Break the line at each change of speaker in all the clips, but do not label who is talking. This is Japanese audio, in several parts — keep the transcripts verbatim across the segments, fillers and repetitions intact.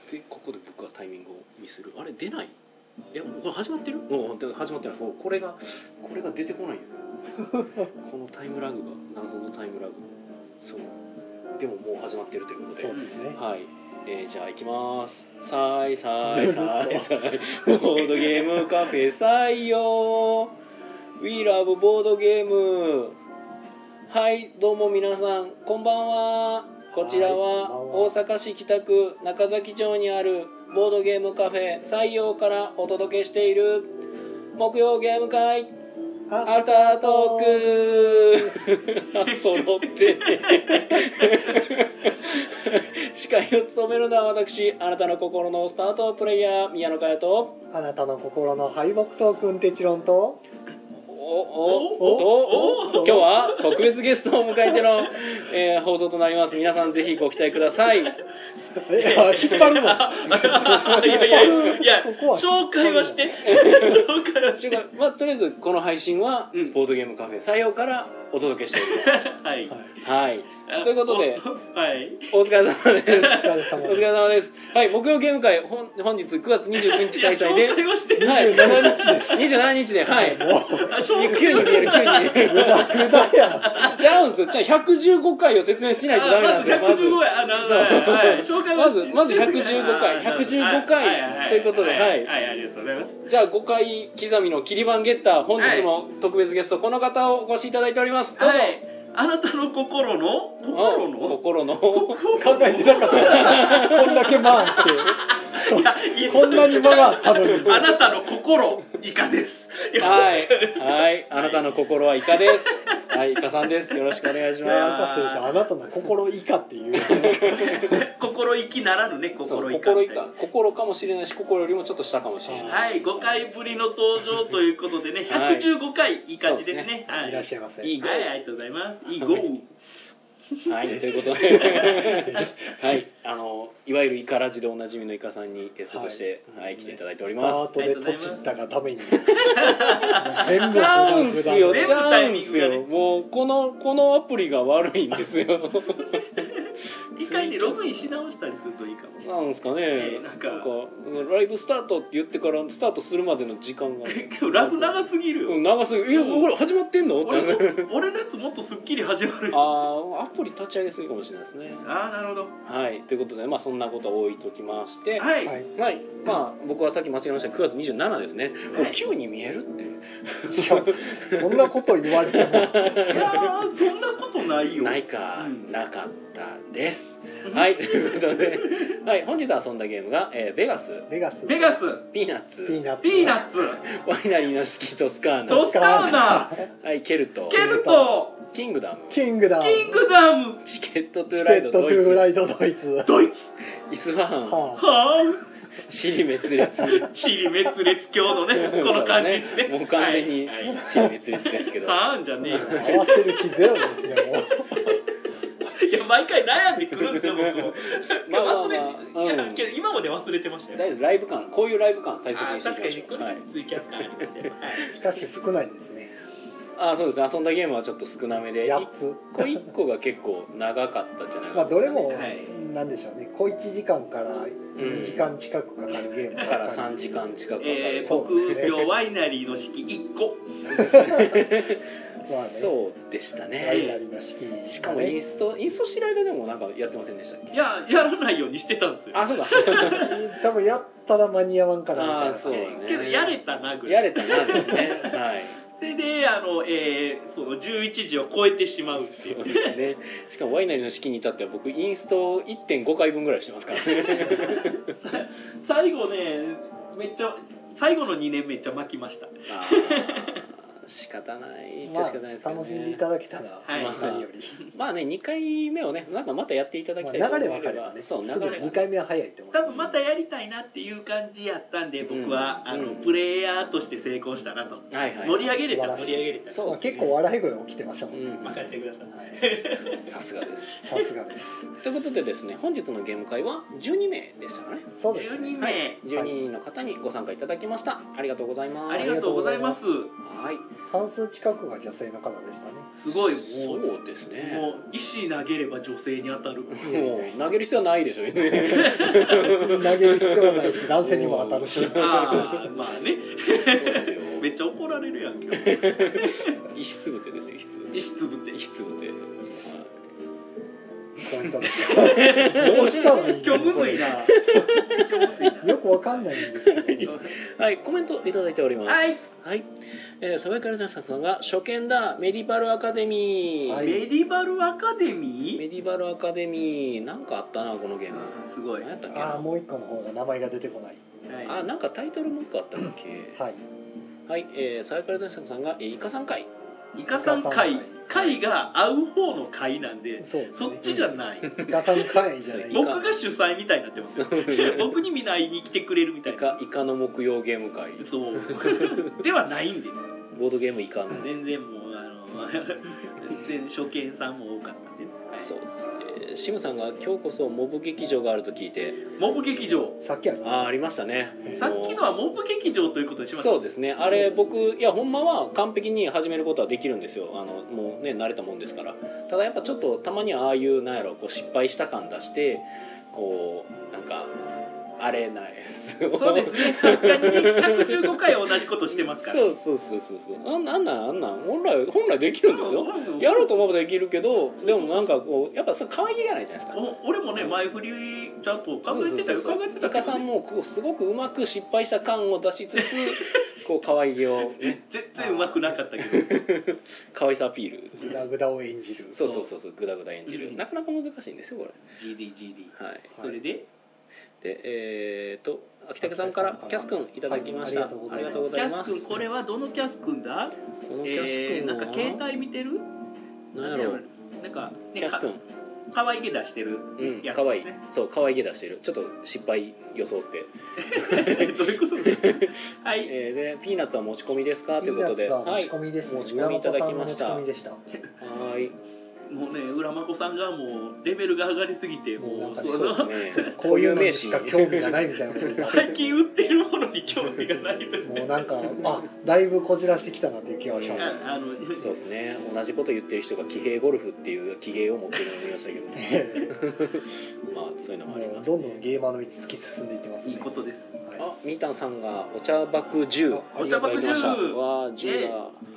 でここで僕はタイミングをミスる。あれ出ない？いやもうこれ始まってる？もう始まってない。これがこれが出てこないんですよこのタイムラグが謎のタイムラグ。そうでももう始まってるということで、
そうですね。
はい、えー、じゃあ行きます。さいさいさいさいボードゲームカフェ採用 We love ボードゲーム。はいどうも皆さんこんばんは。こちらは大阪市北区中崎町にあるボードゲームカフェ採用からお届けしている木曜ゲーム会アフタートーク揃って司会を務めるのは私、あなたの心のスタートプレイヤー宮野佳代と、
あなたの心の敗北トークンテチロンと、
おおおと今日は特別ゲストを迎えての、えー、放送となります。皆さんぜひご期待ください。
え引っ張るのい
やいやいや紹介はして紹介はして
まあ、とりあえずこの配信は、うん、ボードゲームカフェ採用からお届けしておりますはい、はい、ということで、はい、お疲れ様ですお疲れ様です。はい、木曜ゲーム会本本日くがつにじゅうくにち開催で、
紹介はして
はい、にじゅうしちにちですにじゅうしちにちで、はい急に見える急に見えるグダグダやちゃうんすよ。じゃあひゃくじゅうごかいを説明しないとダメなんですよ。まずまずまずひゃくじゅうごかいひゃくじゅうごかいということで、はい、
はい、ありがとうございます。
じゃあごかい刻みの切り板ゲッター、本日も特別ゲストこの方をお越しいただいております。どうぞ。はい、
あなたの心の心の
心の
考えてなかったこんだけ回っていやこんなに間があったのに
あなたの心イカです
はいはいあなたの心はイカですはいイカさんです。よろしくお願いします。
あなたの心イカっていう
心意気ならぬね心イカ
心イカ心かもしれないし心よりもちょっと下かもしれない。
はいごかいぶりの登場ということでねひゃくじゅうごかいいい感じですね。
はいいらっしゃいませ。
いいゴーはいありがとうございます。いいゴー
はいということではいあのいわゆるイカラジでおなじみのイカさんにゲストとして、はいはい、来ていただいております。
スタートでとちったがために
全部ちゃうんすよちゃうんすよもうこのこのアプリが悪いんですよ
一回ねログインし直したりするといいかもしれない。
なんですかね、えー、なんかなんかライブスタートって言ってからスタートするまでの時間が
ラグ長すぎるよ。
長すぎる。いやこれ始まってんのって
俺の俺のやつもっとすっきり始まる。
ああアプリ立ち上げすぎかもしれないですね。
ああなるほど。
はいということでまあそんなことを置いときまして
はい、
はい、まあ僕はさっき間違えましたくがつにじゅうしちですね。もう急に見えるってい
やそんなこと言われてもいや
そんなことないよ。
ないか、うん、なかったです。はいということで、はい、本日遊んだゲームが、えー、ベガス
ベガス
ベガス
ピーナッツ
ピーナッツ
ピーナッツ
ワイナリーの式トスカーナ
トスカーナ
はいケルト
ケルト
キングダム
キングダム
キングダム
チケットトゥーライドドイツ
チケットトゥーライドドイツ
ドイツ
イスファーン
はあ
シリ滅裂
シリ滅裂今日のねこの感じですね。
もう完全にシリ滅裂ですけど
はあんじゃねえよ
合わせる気ゼロですねもう
いや毎回悩んでくるんですよ僕も
まあまあまあ
忘れ、うん、いやけど今まで忘れてましたよ。
大丈夫ライブ感こういうライブ感大切にしていきましょう。
確かにこれ、はい、ツイキャス感ありますよ、はい、
しかし少ないですね。
あそうですね遊んだゲームはちょっと少なめで
やっつ
いっこいっこが結構長かったんじゃないかな、
まあどれも、
はい、
なんでしょうね小いちじかんからにじかん近くかかるゲーム
だからさんじかん近くかかる、
えー、僕病ワイナリーの式いっこ
まあね、
そうでしたね。
ワイナリーの式、ね、
しかもインストインストシライドでもなんかやってませんでしたっけ。
いややらないようにしてたんですよ。
あそうだ
多分やったら間に合わんかなみたいな。
あそうだね
けどやれたなぐらい
やれたなですねはい
それであの、えー、そのじゅういちじを超えてしまうっていう。
そうですね。しかもワイナリーの式に至っては僕インスト いってんごかいぶんぐらいしてますからね
最後ねめっちゃ最後のにねんめっちゃ巻きました。
あ仕方ない
まあ、
仕方ないですけどね、
楽しんでいただけたら、
はい、
何より
まあねにかいめをねなんかまたやっていただきたいと思
まあ、
えば、
流れ分かればね
そう流れ
にかいめは早いと思う。
多分またやりたいなっていう感じやったんで僕は、うん、あの、うん、プレイヤーとして成功したなと、
はいはい、
盛り上げれた盛り上げれた
そう、
まあ、結構笑い声起きてましたもんね、
うん、任せてください
さすがです
さすがです
ということでですね本日のゲーム会はじゅうにめいでしたかね。
そうですね
じゅうにめい、
はい、じゅうににんの方にご参加いただきました。ありがとうございます。
ありがとうございます。
はい
半数近くが女性の方でしたね。
すごいもう
そうですね。
もう石投げれば女性に当たる。
もう投げる必要はないでしょうね。
別に投げる必要はないし男性にも当たるし。
ああまあね。
そうですよ。
めっちゃ怒られるやん今日。
石つぶてですよ、石つぶて。
石つぶって。
石つぶて。
コメントですか。どうしたらいいの
今日むずいな。今日むずいな。
よくわかんないんですけど。
はい、コメントいただいております。はい。はい、えー、爽やかなさんが初見だメディバルアカデミー、
はい、
メディバルアカデミー
メディバルアカデミーなんかあったなこのゲーム。
すごい。
何やったっけな。
ああもう一個の方が名前が出てこない。
はい、
あなんかタイトルもう一個あったっけ。
はい。
はい、えー、爽やかなさんが、えー、イカさん会。
イカさん会会が合う方の会なんで、
そうですね、
そっちじゃない。
イカさん会じゃない。
僕が主催みたいになってますよ。僕にみんな会いに来てくれるみたいな。
イカイカの木曜ゲーム会。
そうではないんで。
ボードゲームイカの。
全然もうあの全然初見さんも多かったんで、はい、
そうですね。シムさんが今日こそモブ劇場があると聞いて。
モブ劇場。
さっきありました。
あありましたね。
さっきのはモブ劇場ということにしました。
そうですね。あれ僕いやほんまは完璧に始めることはできるんですよ。あのもうね慣れたもんですから。ただやっぱちょっとたまにはああいうなんやろこう失敗した感出してこうなんかあれないです。
そうですね。さすがにねひゃくじゅうごかい同じことしてますから。
そうそうそうそうそう。あんなんあんなんあんなん本来本来できるんですよ。やろうと思えばできるけど、でもなんかこうやっぱそれ可愛げがないじゃないですか。
お俺もね前振りちゃんと考えてたよ。考えてたけど、ね。
イカさんもこうすごくうまく失敗した感を出しつつ、こう可愛げをね。
全然うまくなかったけど。
可愛さアピール。
グダグダを演じる。
そうそうそうそうグダグダ演じる。うん、なかなか難しいんですよこれ。
ジーディージーディー。
はい。
それで。
でえー、と秋竹さんからキャス君いただきました、はい、ありがとうございます。
キャス君これはどのキャス君だ？
このキャス君は、えー、
なんか携帯見てる？
なんやろう
なんか、ね、
キャス君
可愛げ出してるやつですね。
可愛いそう可愛げ出してるちょっと失敗装って
どういうことですか？はい、
えー、でピーナッツは持ち込みですかということで
持ち込みです、ね、
はい、持ち込みいただきました。
はい
もうね浦真子さんがもうレベルが上がりすぎてもう
そうですね
こういうのしか興味がないみたいな
最近売ってるものに興味がないと
もうなんかあだいぶこじらしてきたなっていう気がしました、ね、
あの
そうですね同じこと言ってる人が騎兵ゴルフっていう騎兵を持ってるのを見ましたけどねまあそういうのもあります、ね、
どんどんゲーマーの道突き進んでいってますね。
いいことです、はい、
あみーたんさんがお茶爆じゅう
お茶爆じゅう
わじゅうだ、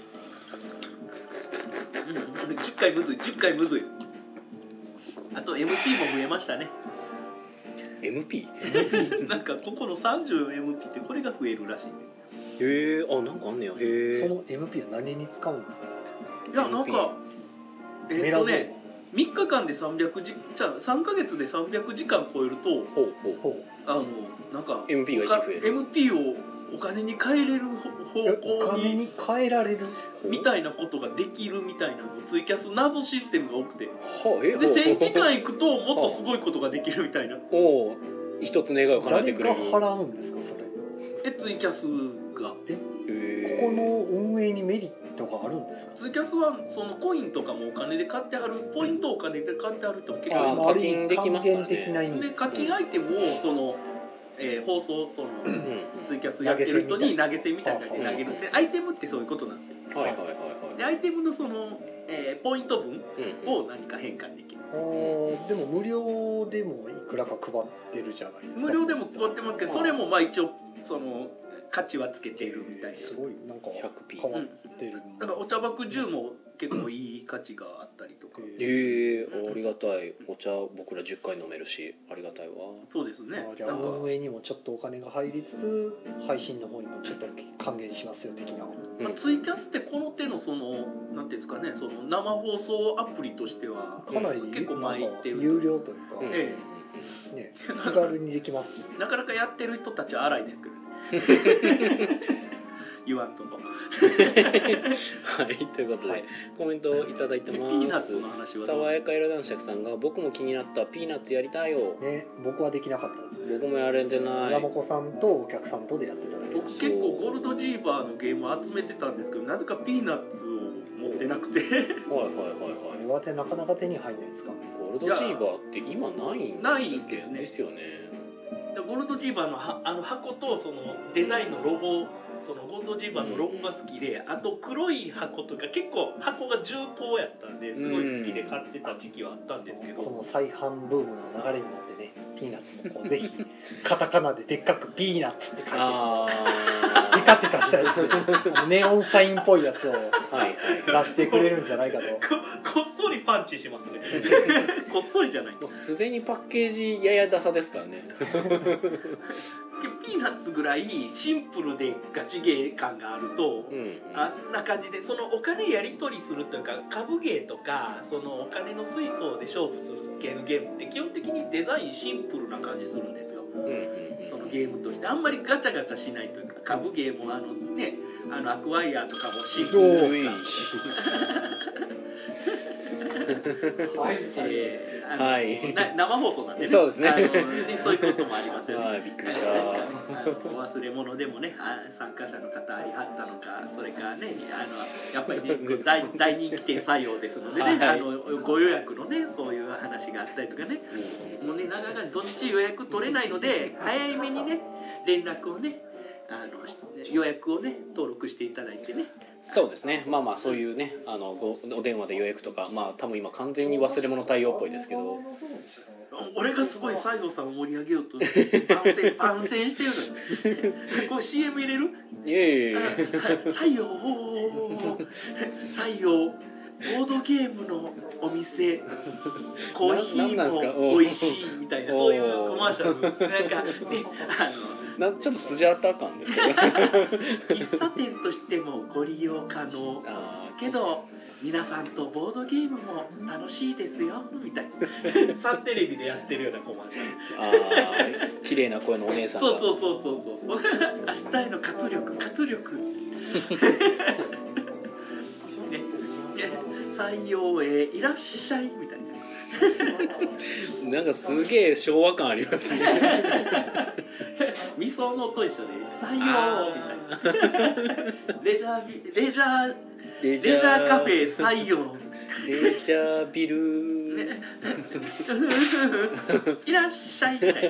うん、じゅっかいむずいじゅっかいむずい。あと エムピー も増えましたね。
エムピ
ー? なんかここの さんじゅうエムピー ってこれが増えるらしいね。
へえあなんかあんねやへえ
その エムピー は何に使うんですか？
いやなんかえー、っとねみっかかんでさんびゃくじじゃあさんかげつでさんびゃくじかん超えると
ほうほうほう
あのなんか
エムピー がいち増える
エムピー をお金に換えれる方向
お金に換えられる
みたいなことができるみたいなのをツイキャス謎システムが多くて、
はあ、え
でせんじかんいくともっとすごいことができるみたいな。
おお一つ願いを叶えてくれる。
誰が払うんですかそれ？
えツイキャスが
えここの運営にメリットがあるんですか？
ツイキャスはそのコインとかもお金で買ってはるポイントをお金で買ってはる人も結構いる。
課金できますからね。
で課金アイテムをそのえー、放送その、うん、ツイキャスやってる人に投げ銭みたいな感じで投げるんです、うん、アイテムってそういうことなんですよ。
はいはいはいはい。
でアイテムのその、えー、ポイント分を何か変換できる。
うん、でも無料でもいくらか配ってるじゃないですか。
無料でも配ってますけど、それもまあ一応その価値はつけているみたいな。
すごいなんか変わってる、うん、
だからお茶爆じゅうも結構いい価値があったりとか。
ええー、ありがたい。お茶僕らじゅっかい飲めるしありがたいわ。
そうですね。
じゃあ運営にもちょっとお金が入りつつ配信の方にもちょっと還元しますよ的な、
うんまあ、ツイキャスってこの手のそのなんていうんですかねその生放送アプリとしては
かなり
結構前行ってる
有料というか、
うんえ
えね、気軽にできますし
なかなかやってる人たちは荒いですけどね言わんとこ
はいということで、はい、コメントをいただいてます。
ピーナッツの話は
爽やか色男爵さんが僕も気になったピーナッツやりたいよ、
ね、僕はできなかったです。
僕もやれてない。
山子さんとお客さんとでやってただけ。
僕結構ゴールドジーバーのゲームを集めてたんですけどなぜかピーナッツを持ってなくてはいはいはい
はい岩手なかなか手に入らないですか。
ゴールドジーバーって今ないん
ないんですね。
ですよね。
ゴールドジーバーのはあの箱とそのデザインのロゴそのゴンドジーバーのロゴが好きで、あと黒い箱とか結構箱が重厚やったんですごい好きで買ってた時期はあったんですけど、
この再販ブームの流れになってね、ピーナッツもこうぜひカタカナででっかくピーナッツって書いて
あ
テカテカしたやつネオンサインっぽいやつを
あはいはい
出してくれるんじゃないかと。
ここっそりパンチしますねこっそりじゃない、
もうすでにパッケージややダサですからね
ピーナッツぐらいシンプルでガチゲー感があると、
うんうん
あんな感じでそのお金やり取りするというか株ゲーとかそのお金の水筒で勝負する系のゲームって基本的にデザインシンプルな感じするんですよ、
うんうんうん
そのゲームとしてあんまりガチャガチャしないというか、株ゲーもあのねあのアクワイアとかもシンプル
はい、
えーあの
はい
な生放送なんでね、
そうですね
あのねそういうこともありますよね。
はいびっくりした
あのお忘れ物でもね、あ参加者の方ありはったのか、それからね、あのやっぱりねこう大大人気店採用ですのでね、
はい
あのご予約のねそういう話があったりとかね、もうねなかなかどっち予約取れないので早めにね連絡をねあの予約をね登録していただいてね。
そうですね、まあまあそういうねあのごお電話で予約とか、まあ多分今完全に忘れ物対応っぽいですけど、
俺がすごい西郷さんを盛り上げようと番宣番宣してるのこれ シーエム 入れる
いえいえいえ
西洋西洋ボードゲームのお店コーヒ
ななんなんですか
ーも美味しいみたいなそういうコマーシャルなんかねあの
なちょっとスジャータ感ですけど
喫茶店としてもご利用可能
あ
けど皆さんとボードゲームも楽しいですよみたいなサンテレビでやってるようなコマーシャル
あー綺麗な声のお姉さんが
そうそうそうそうそうそう明日への活力活力ね採用へいらっしゃいみたいな
なんかすげえ昭和感ありますね
味噌のと一緒で採用みたいなレジャービレジャー
レ
レジャーカフェ採用
レジャービル、
ねいらっしゃいみたいな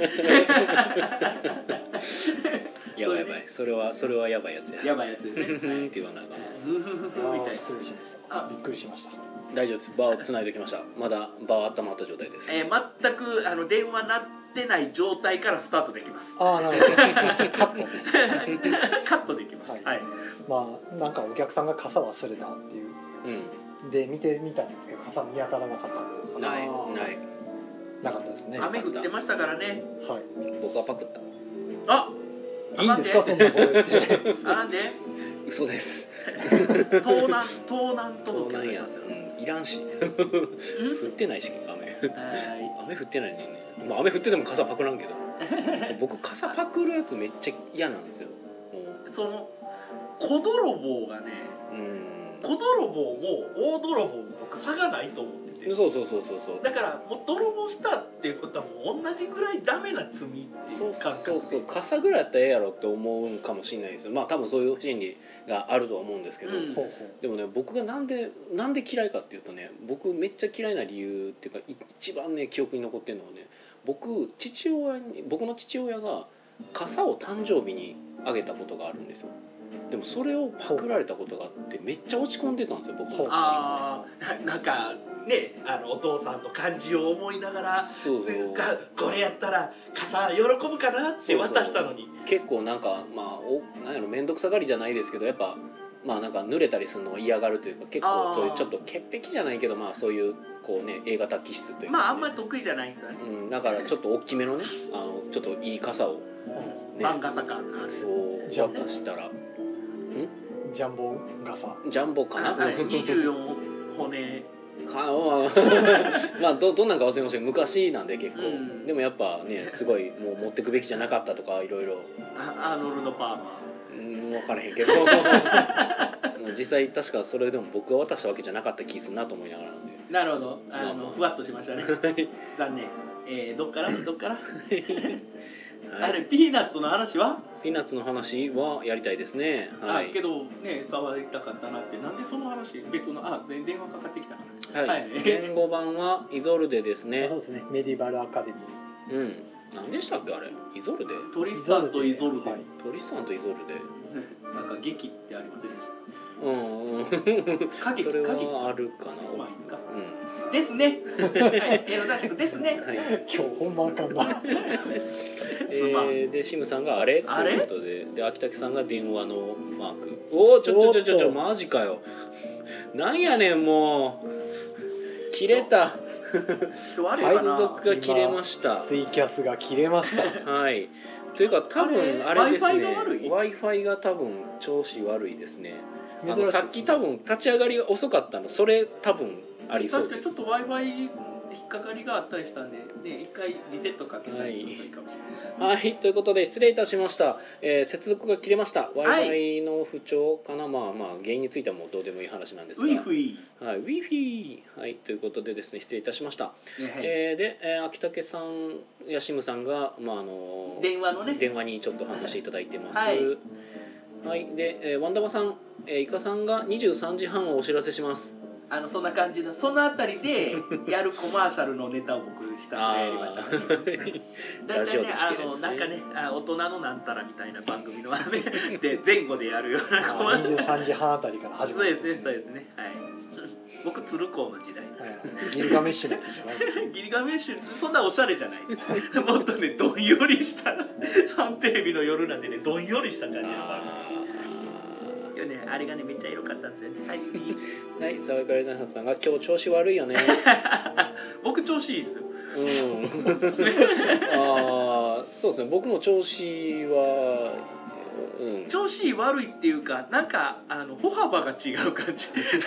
やばいやばいそれはそれはやばいやつや
やばいやつですね
ふんって言わなあかんです
ズーフフフみたいな
失礼しました。
あ
びっくりしました。
大丈夫です場をつないできましたまだ場は温まった状態です、
えー、全くあの電話鳴ってない状態からスタートできます
ああ、なるほど。カット。
カットできます
はい
はい
まあなんかお客さんが傘忘れたっていう
うん
で見てみたんですけど傘見当たらなかったっていうのが
ないない
なかったですね。
雨降ってましたからね
はい。
僕はパクった
あ
いいんですかそんなこと言って。
あなんで
嘘です
盗難盗難届
なんや、
け出しますよ
うん、いらんし
うん
降ってないし雨
は
雨降ってないのにね、まあ、雨降ってても傘パクらんけどそう僕傘パクるやつめっちゃ嫌なんですよも
いその小泥棒がね
ううん
小泥棒も大泥棒も僕差がないと思ってて
そうそうそうそうそう
だからもう泥棒したっていうことはもう同じぐらいダメな罪ってい
そう
う感覚
そうそう傘ぐらいやったらええやろって思うんかもしれないですよまあ多分そういう心理があるとは思うんですけど、
うん
ほうほ
でもね僕がなんでなんで嫌いかっていうとね僕めっちゃ嫌いな理由っていうか一番ね記憶に残ってるのはね僕父親に僕の父親が傘を誕生日にあげたことがあるんですよでもそれをパクられたことがあってめっちゃ落ち込んでたんですよ僕の父
ああなんかねあのお父さんの感じを思いながら
そうそう
がこれやったら傘喜ぶかなって渡したのに
結構なんかまあおなんやろ面倒くさがりじゃないですけどやっぱまあなんか濡れたりするのを嫌がるというか結構そういうちょっと潔癖じゃないけどまあそういうこうね A 型気質というか、ね、
まああんまり得意じゃないんだね、
うん、だからちょっと大きめのねあのちょっといい傘を、ね、
漫画坂
そう
じゃあ
渡したら
ジャンボ傘。
ジャンボかな、
ああにじゅうよん骨
かまあどどんなんか忘れましたけど昔なんで結構、
うん
でもやっぱねすごいもう持ってくべきじゃなかったとかいろいろ
あアーノルド・パーマ
うん分からへんけど実際確かそれでも僕が渡したわけじゃなかった気するなと思いながらなんで
ーなるほどあ
まあまあ
のふわっとしましたね残念、えー、どっからどっから、
はい、
あれピーナッツの話は、
ピーナッツの話はやりたいですねはい
あけどね触りたかったなってなんでその話別のあで電話かかってきたから
はい、
はい
言語版はイゾルデですね
そうですね。メディバルアカデミー。
うん何でしたっけあれイゾルデ
トリスタンとイゾルデ、
はい
トリスタンとイゾルデ
なんか劇ってありませんでした？
うんうん
歌劇
それ
歌劇
はあるかな。
まあいいか
うん
ですね。はい、エロ男爵ですね。
はい
今日ほんまあかんな
すまん
えー、でシムさんがあれ
あれ
ということで、で秋竹さんが電話のマーク。おおちょちょちょちょちょ
おっと
マジかよ。なんやねんもう切れた。
今日あれかな。
接続が切れました。
ツイキャスが切れました
はい。というか多分あ
あれ
れですね。
Wi-Fi が悪い
Wi-Fi が多分調子悪いですね。あの
珍しい
さっき多分立ち上がりが遅かったの、それ多分ありそうです。
確かにちょっと Wi-Fi 引っかかりがあったりしたんで、ね、一回リセットかけたりするといいかもしれない。
はい、ということで失礼いたしました、えー接続が切れました。
はい
Wi-Fi の不調かな。まあまあ原因についてはもうどうでもいい話なんですが、
ウィフィ
はい、Wi-Fi はいということでですね、失礼いたしました、
ー、ねはい
えーで、えー秋竹さんやシムさんが、まああの
電話のね
電話にちょっと反応していただいてます。
はい
はいで、えーワンダマさん、えーイカさんがにじゅうさんじはんをお知らせします。
あのそんな感じのそのあたりでやるコマーシャルのネタを僕ひたすらやりましたね。だいたいねあのなんかねあ大人のなんたらみたいな番組のねで前後でやるようなコマー
に
シャル。
じゅうさんじはんあたりから始まる
そうですねそうですねはい。僕鶴光の時代。
はいギルガメッシュのやつじゃない
ギリガメッシュそんなおしゃれじゃないもっとねどんよりしたサンテレビの夜なんでねどんよりした感じの番
あ
組いやねあれがねめっちゃエロかったんですよね。はい次
ーはい、沢井からジャンさんが今日調子悪いよね。
僕調子いいっすよ。
うんああそうですね、僕も調子は、うん、
調子いい悪いっていうかなんかあの歩幅が違う感じ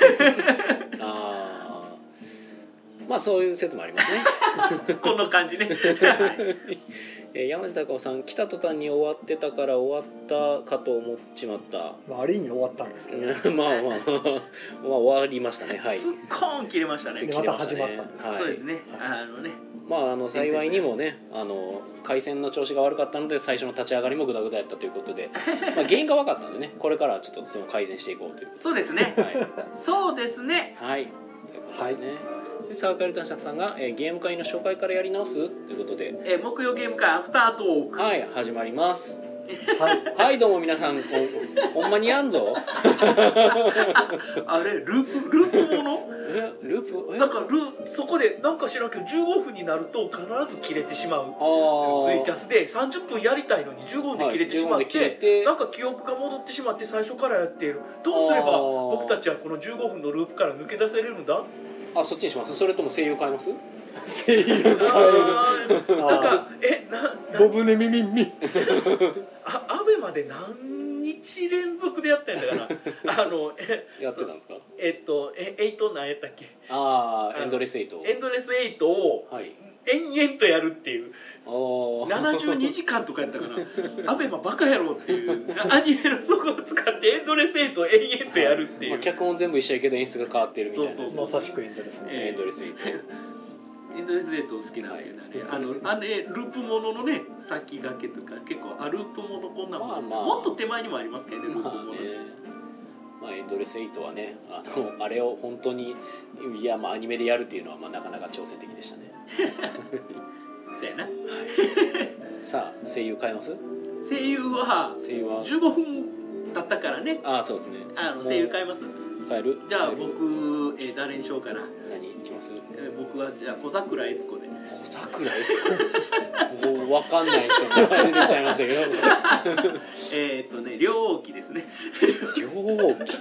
ああまあそういう説もありますね。
この感じねはい
えー山下孝さん、来た途端に終わってたから終わったかと思っちまった。
まあ、ある意味終わったんですけど、
まあまあまあ終わりましたね。はい、
すっこーん切れましたね。
でまた始まったんです、
はい
そうですねあのね
まああの幸いにもね、あの回線の調子が悪かったので最初の立ち上がりもグダグダやったということで、まあ原因が分かったんでね、これからはちょっとその改善していこうという。
そうですね
はい
そうですね
はい、ということでね。で沢刈男爵さんが、えーゲーム会の紹介からやり直すということで、
えー木曜ゲーム会アフタートーク
はい始まります。
はい
はいどうも皆さん、ほほんまにやんぞ。
あれループループもの
えループえ
なんかルそこでなんか知らんけどじゅうごふんになると必ず切れてしまう
あ
ツイキャスでさんじゅっぷんやりたいのにじゅうごふんで切れてしまっ
はいじゅうごふんで
て、
切れて
なんか記憶が戻ってしまって最初からやっている。どうすれば
あー
僕たちはこのじゅうごふんのループから抜け出せれるんだ。
あそっちにします。それとも声優変えます？
声優変える
あーなん
あ
かえなな
ボブネミミンミ
あアベマで何日連続でやったんだからあのえ
やってたんですか？
えっとえエイト何やったっけ
ああエンドレスエイト。
エンドレスエイトを
はい。
延々とやるっていう
お
ななじゅうにじかんとかやったかなアベマバカ野郎っていうアニメのそこを使ってエンドレスエイトを延々とやるっていう、
まあ、脚本全部一緒やけど演出が変わってるみたいな。
そうそう
まさしくエンドですね
え
エンドレスエイト。
エンドレスエイト好きなんですけどね、あのあれループもののね先駆けとか結構あループものこんなもん、
まあまあ
もっと手前にもありますけどねループ
まあ
もの、
ね、まあエンドレスエイトはね、あのあれを本当にいやまあアニメでやるっていうのはまあなかなか挑戦的でしたね。
そうやな。
さあ声優変えます？
声優は
声優は
じゅうごふんだったからね、
ああそうですね。
あの声優変えます。
変える？
じゃあ
変える
僕、えー誰にしようかな。
何いきます？
えー僕はじゃあ小桜悦子で。
小桜悦子。もう分かんないですよ。名前出てきちゃいましたけど。
えーっとね両王記ですね。
両王記。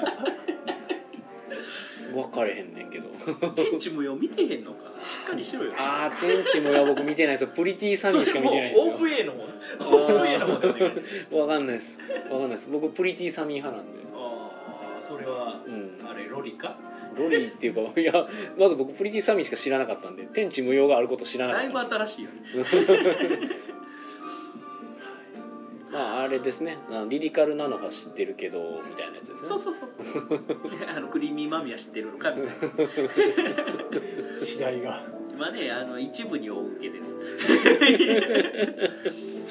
分かれへんねんけど。
天地無用見てへんのかな。しっかりしろよ。
ああ天地もや僕見てないですよ。プリティサミーしか見てないですよ。
それも オーブイエー の方ね。オーブイエー の方でお願いします。
わかんないです。わかんないです。僕プリティサミー派なんで。
ああそれは、
うん
あれロリか。
ロリーっていうかいやまず僕プリティサミーしか知らなかったんで天地無用があること知らなか
だいぶ
ったんで。
新しいよね。
まああれですね。あのリリカルなのは知ってるけどみたいなやつですね。
そうそうそうそう。あのクリーミーマミは知ってるのかみたいな。
時代が
今ねあの一部に大受けです。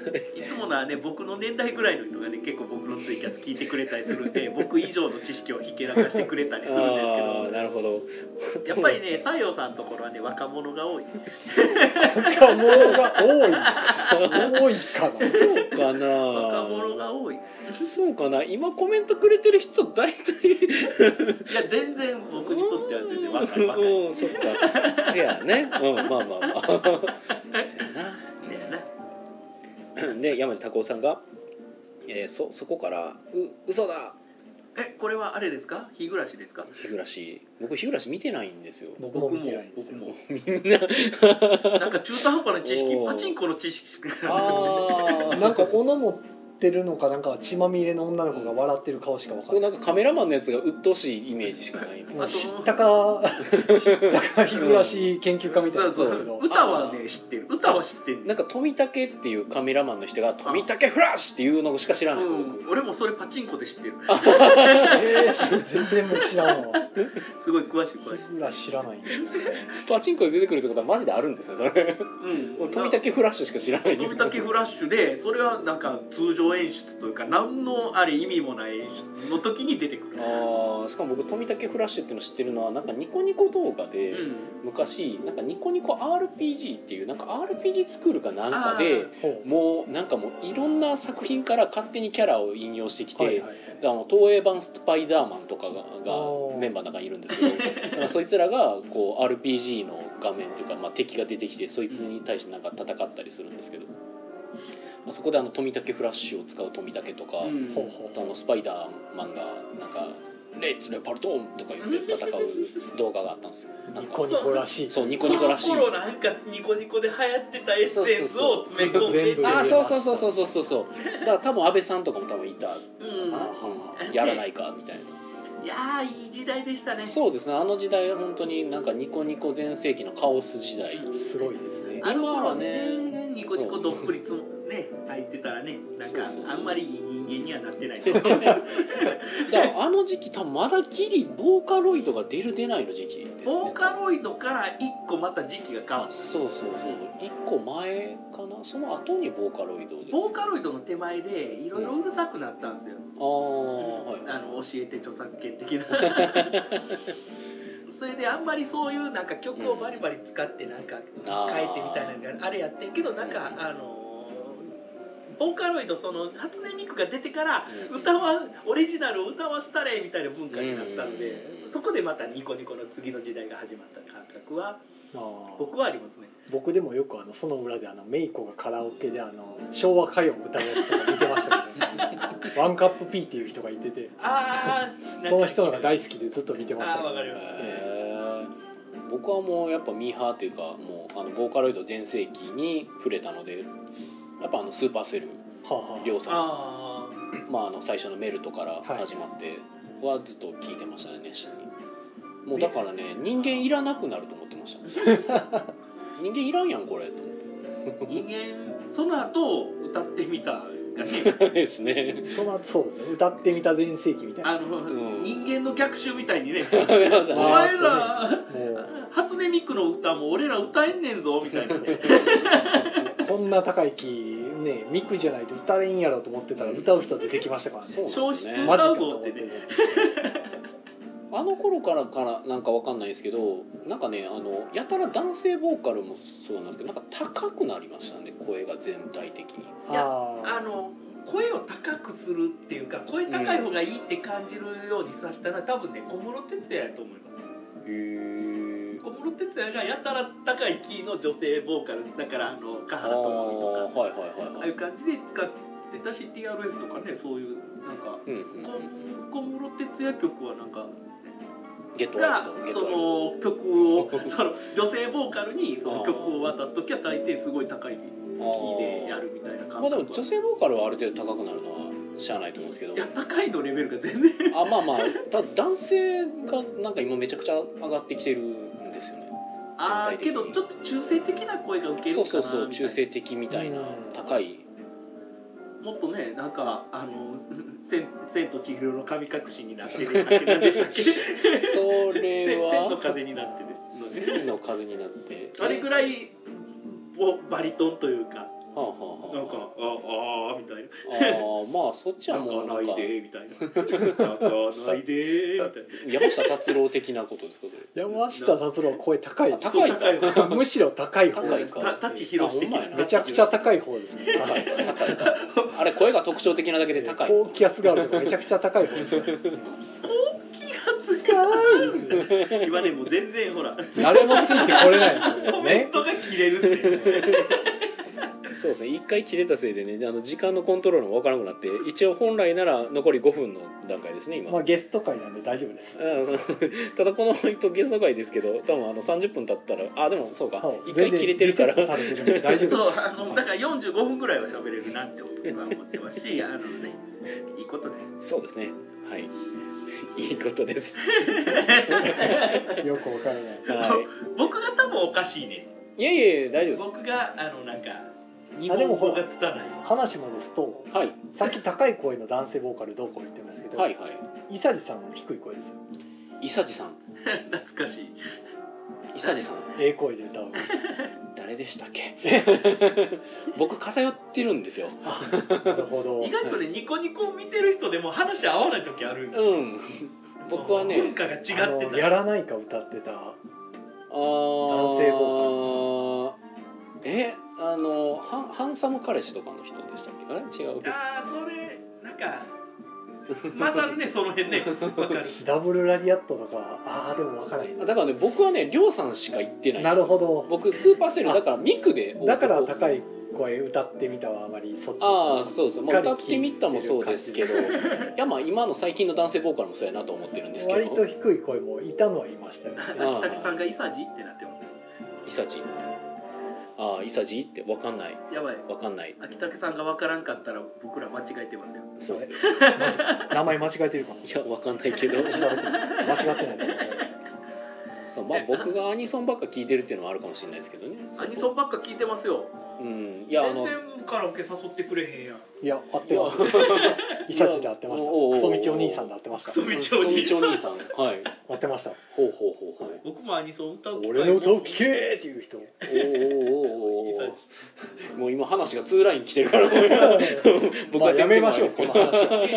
いつものはね僕の年代ぐらいの人がね結構僕のツイキャス聞いてくれたりするんで僕以上の知識をひけらかしてくれたりするんですけ
あー
ど
なるほど
やっぱりね西洋さんのところはね若者が多い
若者が多い多いかな。
そうかな
若者が多いい
そうかな今コメントくれてる人大体
や全然僕にとっては全然若い若い
うんそっかせやねうんまあまあまあせやな
せやな
で山地孝夫さんが、えー、そ, そこからう嘘だ
えこれはあれですか日暮らしですか
日暮らし僕日暮らし見てないんですよ
僕も見てないんですよ。
僕も
みんな
なんか中途半端な知識
おー
パチンコの知識
ああ
なんか斧持ってるのかなんか血まみれの女の子が笑ってる顔しかわかんない。
なんかカメラマンのやつが鬱陶しいイメージしかないんです
まあ、
あと
知ったか知ったか日暮らし研究家みたいなやつ
そうそ
ですけど、
う歌はね知ってる歌は知ってる
なんか富武っていうカメラマンの人が富武フラッシュっていうのしか知らないんですよ僕
うん、俺もそれパチンコで知ってる
えー、全然もう知らんわ。
すごい詳しい詳しい
日暮らし知らないんですよね。
パチンコで出てくるってことはマジであるんですねそれ
うん
富武フラッシュしか知らないんです
富武フラッシュでそれはなんか通常演出というか何のあれ意味もない演出の時に出てくる
あーしかも僕富武フラッシュっていうの知ってるのはなんかニコニコ動画で、
うん
昔なんかニコニコ アールピージー っていうなんか アールピージー スクールかなんかで
ほう
もうなんかもういろんな作品から勝手にキャラを引用してきて、
はいはいはい
あの東映版スパイダーマンとかがが
ー
メンバーの中にいるんですけどだからそいつらがこう アールピージー の画面というか、まあ、敵が出てきてそいつに対してなんか戦ったりするんですけど、まあ、そこであの富武フラッシュを使う富武とか、
うん
ほうほ
あとあのスパイダーマンがなんかレッツレパルトーンとか言って戦う動画があったんですよ。
うニコニコらしい。
そうニコニコらしい
その頃なんかニコニコで流行ってたエッセンスを詰め込んで
全部
ああそうそうそうそうそうそうそうだから多分安倍さんとかも多分いた、
うん
うんやらないかみたいな。
いやーいい時代でしたね
そうですねあの時代は本当になんかニコニコ全盛期のカオス時代、
すごいですね。
あの頃
今はね
ねニコニコどっぷりつもね入ってたらねなんか
そうそうそう
あんまりいい人間にはなってないと思うんです
だからあの時期多分まだギリボーカロイドが出る出ないの時期ですね。
ボーカロイドから一個また時期が変わった
そうそうそう一個前かなその後にボーカロイドです、
ボーカロイドの手前でいろいろうるさくなったんですよ、
ああはい
あの教えて著作権的なそれであんまりそういうなんか曲をバリバリ使ってなんか変えてみたいなのがあれやってんけどなんかあのボーカロイドその初音ミクが出てから
うん
歌はオリジナルを歌わしたれみたいな文化になったんで
うん
そこでまたニコニコの次の時代が始まった感覚は
あー
僕はありますね。
僕でもよくあのその裏であのメイコがカラオケであの昭和歌謡を歌うやつとか見てましたけど、ね、ワンカップ P っていう人がいてて
ああ
その人のが大好きでずっと見てましたけど、
あーわかります
へー僕はもうやっぱミーハーというかもうあのボーカロイド全盛期に触れたのでやっぱあのスーパーセル
はあはあ
りょうさん
あ
まあ、あの最初のメルトから始まってはずっと聞いてましたね熱心にもうだからね人間いらなくなると思ってました人間いらんやんこれと思
ー人間その後歌ってみたがね
ってですね
その後そうですね歌ってみた全盛期みたいな
あの、
ん
人間の逆襲みたいにね
やめました
お
ね
前ら
もう
初音ミクの歌も俺ら歌えんねんぞみたいなね
こんな高いキーねミクじゃないと歌れんやろと思ってたら歌う人出てきましたからね、
そう
消失
マジ
歌う
かと思って
ぞってね
あの頃からからなんかわかんないですけどなんかねあのやたら男性ボーカルもそうなんですけどなんか高くなりましたね声が全体的に
いや
あー
あの声を高くするっていうか声高い方がいいって感じるようにさせたのは多分ね小室哲哉やと思います
へえ
小室哲哉がやたら高いキーの女性ボーカルだからあの華
あ
原朋美とか
はいはいはいはい
ああいう感じで使ってたし ティーアールエフ とかねそういうなんか
うんうんうん
小室哲哉曲はなんか
ゲットワイ
が
ルドゲッ
そ
トワイルド
の曲をその女性ボーカルにその曲を渡す時は大抵すごい高いキーでやるみたいな感
まあでも
覚
女性ボーカルはある程度高くなるのはしゃあないと思うんですけど
いや高いのレベルが全然
あまあまあただ男性がなんか今めちゃくちゃ上がってきてるんですよね
ああ
全体的に
けどちょっと中性的な声が受けるかな
そうそうそう
みたいな
中性的みたいな
うん
高い
もっとねなんかあの千千と千尋の神隠しになってるだけなんでしたっけ
そ
千
れ
千の
は
風になってるのね
千の風になって
あれぐらいボバリトンというか
はあはあはあ、
なんかああーみたい
ああまあそっちは
な
もうなんか
泣かないでみたいな泣かないでみたいな
山下達郎的なことですかそれ。
山下達郎声高い
あ
そう
高いか
高い
むしろ高い方
高いか
た舘ひろし的な
あほんまやな
めちゃくちゃ高い方ですね
高い高いかあれ声が特徴的なだけで高い。
高気圧があるとかめちゃくちゃ高い方ですね
気圧がある今ねもう全然ほら
誰もついてこれないですよ
コメン
ね
トが切れるって
そうですね一回切れたせいでねあの時間のコントロールもわからなくなって一応本来なら残りごふんの段階ですね今。
まあゲスト会なんで大丈夫です
うんそのただこの人ゲスト会ですけど多分あのさんじゅっぷん経ったらあでもそうか
はい
一回切れてるから
全然リセットされてるんで大丈夫です
そうあのだからよんじゅうごふんぐらいは喋れるなって僕は思ってますしあのねいいことです
そうですねはいいいことです
よくわからない
は
僕が多分おかしいね
いいやいやいや大丈夫です
僕があのなんか日
あでもほら
本語がつたない
話戻すと
はい
さっき高い声の男性ボーカルどうこう言ってましたけど、
はいはい
伊佐治さんの低い声ですよ
伊佐治さん
懐かしい
伊佐治さん
ええ声で歌う
誰でしたっけ僕偏ってるんですよ
なるほど
意外とねニコニコを見てる人でも話合わない時ある
うん僕はね
文化が違って
あ
た
のやらないか歌ってた
あ
男性ボ
ーえあのハンハンサム彼氏とかの人でしたっけあれ違う
ああそれなんか混ざるねその辺ねわかる
ダブルラリアットとかああでも分からへん
だからね僕はねりょうさんしか言ってないんです
なるほど
僕スーパーセルだからミクで
だから高い声歌ってみたはあまりそっち
ああそうです、まあ、歌ってみたもそう
う
ですけどいやまあ今の最近の男性ボーカルもそうやなと思ってるんですけど
割と低い声もいたのはいましたよね
秋竹さんがイサジってなってます
イサジああイサジって分かんない
やばい
分かんない
秋竹さんがわからんかったら僕ら間違えてますよ
そうですよ
マジ名前間違えてるかも
いや分かんないけど
調べてみる間違ってないと思う
そうまあ僕がアニソンばっか聴いてるっていうのはあるかもしれないですけどね
アニソンばっか聞いてますよ
うんいやあの
全然カラオケ誘ってくれへんやん
いや合ってます伊佐治で合ってました
おうおうおう
クソみちお兄さんで合ってました
クソみち
クソみちお兄さんはい
合ってました
ほうほうほうほう
僕もアニソン歌う機会
俺の歌を聴けーっていう人
おーおーおーお
イサ
ーもう今話がツーライン来てるからもう僕
まあ
は
やめましょうこの話は、はい、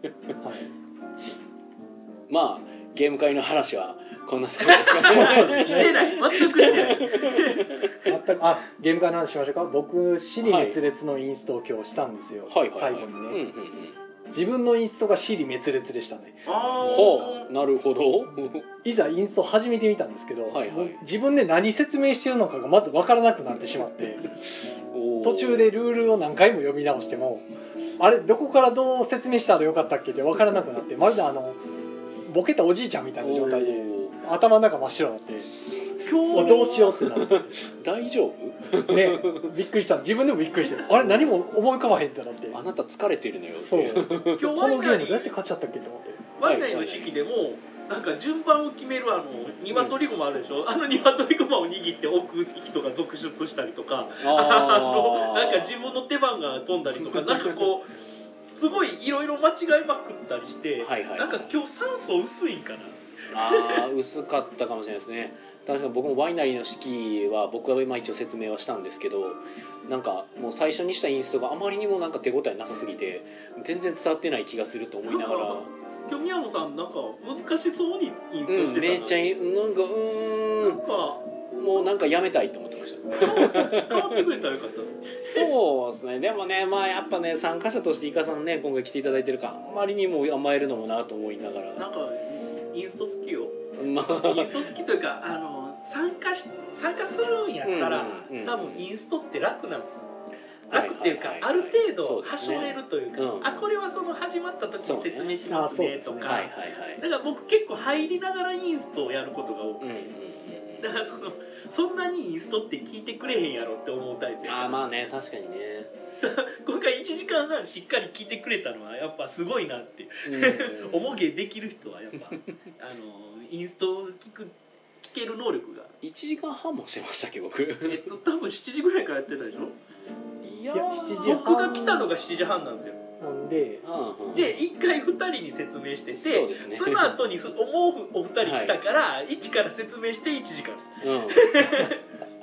まあゲーム会の話はこんなところですかね
ジしてない全くしてない
全くあゲーム会の話しましょうか僕シリ滅裂のインストを今日したんですよ、
はいはいはい
最後にね、
うんうんうん
自分のインストがシリ滅裂でしたね
あ
ほうなるほど
いざインスト始めてみたんですけど、
はいはい
もう自分で何説明してるのかがまず分からなくなってしまって
おー
途中でルールを何回も読み直してもあれどこからどう説明したらよかったっけって分からなくなってまるであのボケたおじいちゃんみたいな状態で
お
頭の中真っ白になって
今日
もうどうしようってなって
大丈夫
ねびっくりした自分でもびっくりしてあれ何も思い浮かばへんってなって
あなた疲れてるのよって
そう
今日
こ
ワイナリ
のゲームどうやって
ー
勝っちゃったっけと思って
ワイナリーの式でもなんか順番を決めるあの鶏ゴマあるでしょ、うん、あの鶏ゴマを握って置く人が続出したりとかあのなんか自分の手番が飛んだりとかなんかこうすごいいろいろ間違いまくったりして、
はいはい、
なんか今日酸素薄いんかな
あ薄かったかもしれないですね。確かに僕もワイナリーの式は僕は今一応説明はしたんですけどなんかもう最初にしたインストがあまりにもなんか手応えなさすぎて全然伝わってない気がすると思いながら
今日宮野さんなんか難しそうにインストしてたな、
うん、めっちゃなんかうーん
なんか
もうなんかやめたいと思ってました
変わってくれたらよかった
そうですねでもねまあやっぱね参加者としてイカさんね今回来ていただいてるからあんまりにも甘えるのもなと思いながら
なんかインスト好きよ
まあ
インスト好きというかあの参加し参加するんやったら、
うんうんうん、
多分インストって楽なんですよ
はい
楽っていうか、
はいはいはい
ある程度はしょれるというか、
うん
あこれはその始まった時に説明しますねとか、
はいはいはい
だから僕結構入りながらインストをやることが多くて、
うんうんうん、
だからそのそんなにインストって聞いてくれへんやろって思うタイプや
ああまあね確かにね
今回いちじかんはんしっかり聞いてくれたのはやっぱすごいなって
うんうん
おもげできる人はやっぱあのインストを聞く聞ける能力が
いちじかんはんもしてましたっけ僕
えっと多分しちじぐらいからやってたでしょ
いや
いやしちじはん
僕が来たのがしちじはんなんですよ
なんで
うんうん
でいっかいふたりに説明してて
そうですね
その後にふ思うお二人来たから、はい、いちから説明していちじかんです
うん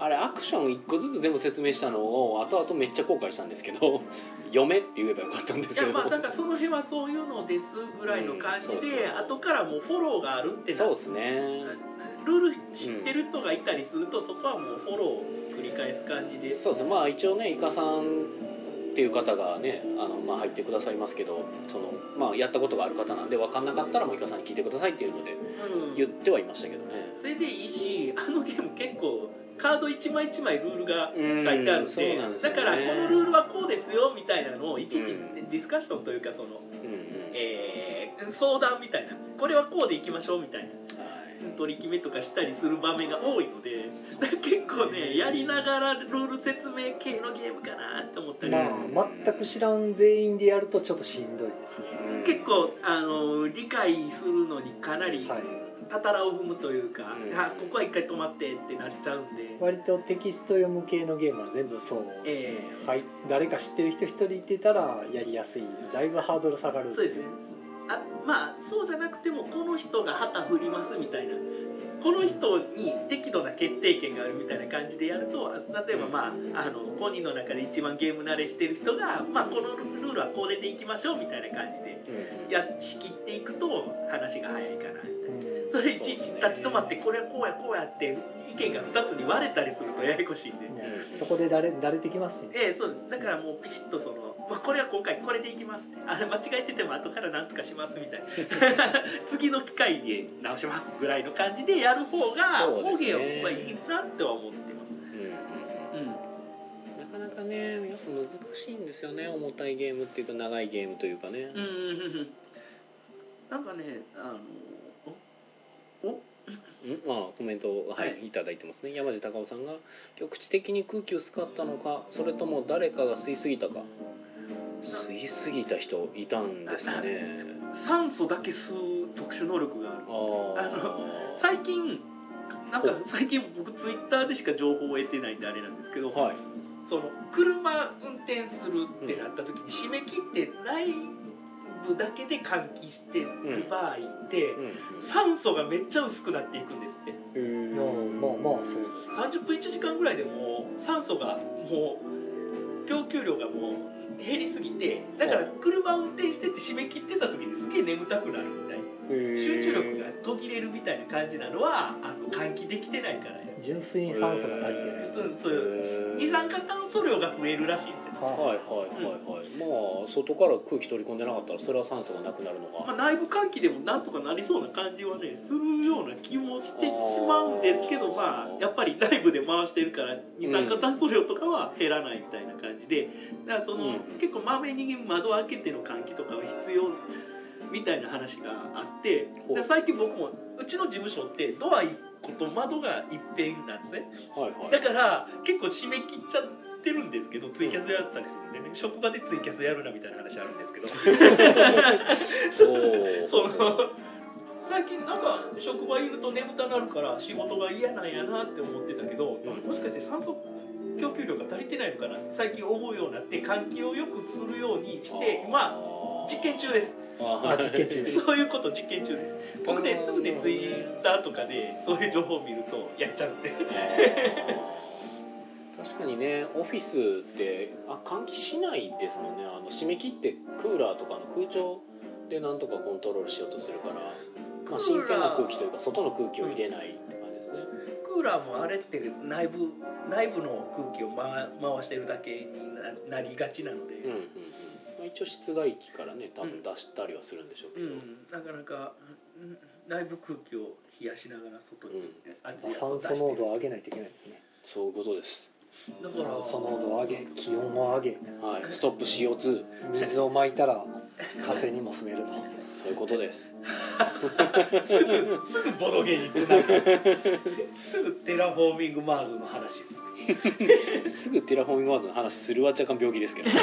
あれアクションいっこずつ全部説明したのを後々めっちゃ後悔したんですけど読めって言えばよかったんですけど、
いやまあだからその辺はそういうのですぐらいの感じで、
うんそうそう
後からもうフォローがあるってな
そうですね。
ルール知ってる人がいたりすると、そこはもうフォローを繰り返す感じで、
そうですね。まあ一応ねイカさんっていう方がねあの、まあ、入ってくださいますけど、その、まあ、やったことがある方なんで分かんなかったらもうイカさんに聞いてくださいっていうので
うん、
言ってはいましたけどね。
それでいいし、あのゲーム結構カード一枚一枚ルールが書いてあるんで、
うんそうなんですよね
だからこのルールはこうですよみたいなのをいちいち
うん
ディスカッションというかその、
うんうん
えー相談みたいな、これはこうでいきましょうみたいな
はい
取り決めとかしたりする場面が多いので、だから結構ねやりながらルール説明系のゲームかなって思ったり、
まあ全く知らん全員でやるとちょっとしんどいですね。
うん
結構あの理解するのにかなり
はい、
たたらを踏むというか、
うん
あここは一回止まってってなっちゃうんで、
割とテキスト読む系のゲームは全部そうですね、
ええ
はい、誰か知ってる人一人いてたらやりやすい、だいぶハードル下がる。
そうですね。あまあそうじゃなくてもこの人が旗振りますみたいな、この人に適度な決定権があるみたいな感じでやると、例えばまああのごにんの中で一番ゲーム慣れしてる人が、まあ、このルールはこう出ていきましょうみたいな感じで
うん
や仕切っていくと話が早いかな。
うん、
それいちいち立ち止まってこれはこうやこうやって意見がふたつに割れたりするとややこしいんで。
うんそこで誰誰できますしね。
ええそうです。だからもうピシッとその、まあ、これは今回これでいきますって、あれ間違えてても後から何とかしますみたいな次の機会で直しますぐらいの感じでやる方が
そうですね
オゲーはいいなっては思ってます。
うんうん
うん、
なかなかねやっぱ難しいんですよね。重たいゲームっていうか長いゲームというかね。
うんうんうんうんなんかねあのおお
うんまあコメントを、はい
はい
いただいてますね。山地隆夫さんが局地的に空気薄かったのか、それとも誰かが吸いすぎたか。吸いすぎた人いたんですかね。
酸素だけ吸う特殊能力がある。
あ
あの最近なんか最近僕ツイッターでしか情報を得てないんであれなんですけど、
はい
その車運転するってなった時に締め切って内部だけで換気してる場合って、
うんうん
酸素がめっちゃ薄くなっていくんですって。
へー
まあまあまあそうです。
さんじゅっぷんいちじかんぐらいでもう酸素がもう供給量がもう減りすぎて、だから車運転してって締め切ってた時にすげえ眠たくなるみたいな、
へー
集中力が途切れるみたいな感じなのはあの換気できてないからや。
純粋に酸素が足りてない。
そうそういう二酸化炭素量が増えるらしいんですよ。
はいはいはいはい、まあ外から空気取り込んでなかったらそれは酸素がなくなるの
まあ、
が、
内部換気でもなんとかなりそうな感じはねするような気もしてしまうんですけど、まあやっぱり内部で回してるから二酸化炭素量とかは減らないみたいな感じで、だからその、
うん
結構まめに窓を開けての換気とかは必要みたいな話があって、
ほう
で最近僕もうちの事務所ってドアいっこと窓が一辺なんですね。
はいはい
だから結構締め切っちゃってるんですけど、ツイキャスやったりするんでね、職場でツイキャスやるなみたいな話あるんですけど
お
その最近なんか職場いると眠たなるから仕事が嫌なんやなって思ってたけど、
うん
もしかして酸素供給量が足りてないのかなって最近思うようになって、換気をよくするようにして今実験中です。
あ実験中です。
そういうこと実験中です。僕ねすぐねツイッターとかでそういう情報を見るとやっちゃうんで
確かにねオフィスってあ換気しないですもんね。あの締め切ってクーラーとかの空調でなんとかコントロールしようとするから、まあ、新鮮な空気というか外の空気を入れないって感じですね。
クーラーもあれって内部内部の空気を回回してるだけになりがちなので、
うんうんうんまあ、一応室外機からね多分出したりはするんでしょうけど、
うん、なかなかうん内部空気を冷やしながら外に熱いやつを
酸
出してる。
素濃度を上げないといけないですね。
そういうことです。
だから
酸素濃度を上げ、気温を上げ、
はい、ストップ シーオーツー
水をまいたら風にも住めると。
そういうことです。
すぐすぐボドゲにつながるすぐテラフォーミングマーズの話です
すぐテラフォーミングマーズの話するは若干病気ですけど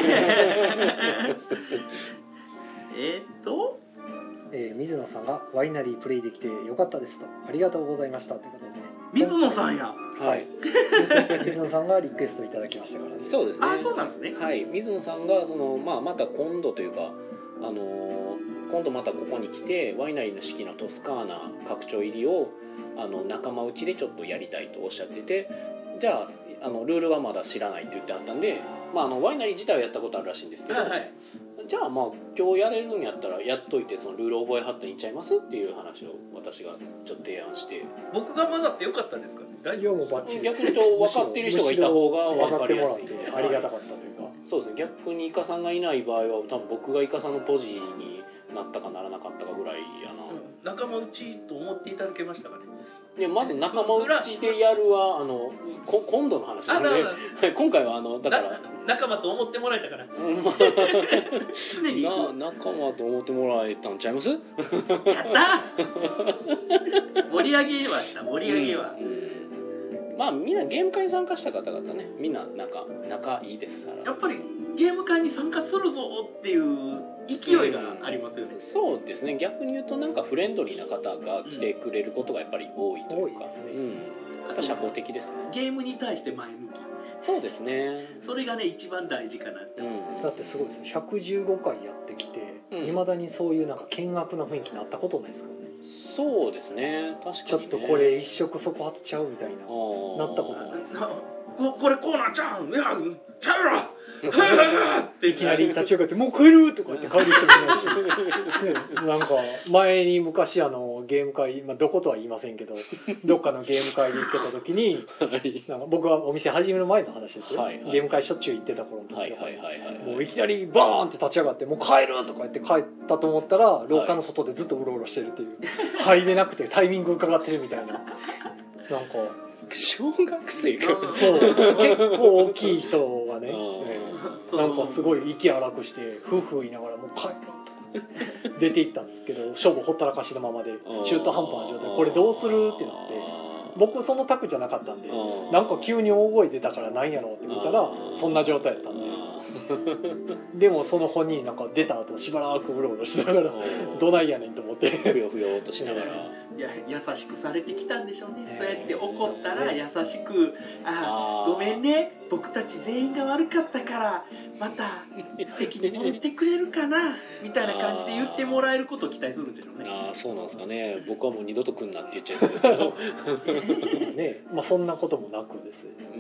えっと
えー、水野さんがワイナリープレイできてよかったですと、ありがとうございましたということで、
水野さんや。
はい
水野さんがリクエストいただきましたからね。
そうですね。
あ、そうなんですね。
はい、水野さんがその、まあ、また今度というか、あのー今度またここに来てワイナリーの四季のトスカーナ拡張入りをあの仲間内でちょっとやりたいとおっしゃってて、 じゃあ、あのルールはまだ知らないって言ってあったんで、まあ、あのワイナリー自体はやったことあるらしいんですけど、
はいはい、
じゃあまあ今日やれるんやったらやっといてそのルール覚えはったらいいんちゃいますっていう話を私がちょっと提案して、
僕が混ざってよかったんですか？大
い
丈夫？
やもうバッチリ
逆に言うと分かってる人がいた方が分かりやすいんで、
ありがたかったというか、
そうですね、逆にイカさんがいない場合は多分僕がイカさんのポジになったかならなかったかぐらいやな、
うん、仲間内と思っていただけましたかね？
いやまず仲間内でやるはあのこ今度の話なので、今回はあのだから
仲間と思ってもらえたから常に
な仲間と思ってもらえたんちゃいます？
やった盛り上げはした盛り上げは、
うんうん、まあみんなゲーム会に参加した方々ね、みんな仲仲いいですから、
やっぱりゲーム会に参加するぞっていう勢いがありますよね、
うん、そうですね、逆に言うとなんかフレンドリーな方が来てくれることがやっぱり多いというか、
多いですね、
うん、やっぱ社交的ですね、
ゲームに対して前向き、
そうですね、
それがね一番大事かなって、
うん、
だってすごいですね、ひゃくじゅうごかいやってきて
うん
いま、だにそういうなんか険悪な雰囲気になったことないですからね。
そうですね、確かに、ね、
ちょっとこれ一触即発ちゃうみたいななったことないですね。
なここれこうなんちゃうんいやちゃうやろ
いきなり立ち上がって「もう帰る!」とか言って帰る人もいないし、ね、なんか前に昔あのゲーム会、まあ、どことは言いませんけどどっかのゲーム会に行ってた時になんか僕はお店始める前の話ですよ、
はいはい、
ゲーム会しょっちゅう行ってた頃の時とか、
はいはいはいはい、
もういきなりバーンって立ち上がって「もう帰る!」とか言って帰ったと思ったら廊下の外でずっとうろうろしてるっていう、はい、入れなくてタイミング伺ってるみたいな、なんか
小学生か
そう結構大きい人がね、えー、なんかすごい息荒くして夫婦言いながらもう帰ろうとか出て行ったんですけど、勝負ほったらかしのままで中途半端な状態、これどうするってなって、僕その卓じゃなかったんでなんか急に大声出たから何やろうって見たらそんな状態だったんででもその本人なんか出た後しばらくうろうろしながらどないやねんと思って
ふよふよとしながら
いや優しくされてきたんでしょうね、
えー、
そうやって怒ったら優しく「ああごめんね僕たち全員が悪かったからまた席に戻ってくれるかな」みたいな感じで言ってもらえることを期待するんでしょうね。
ああそうなんですかね、僕はもう二度と来んなって言っちゃいそうですけど
ね、まあそんなこともなくです、
うん、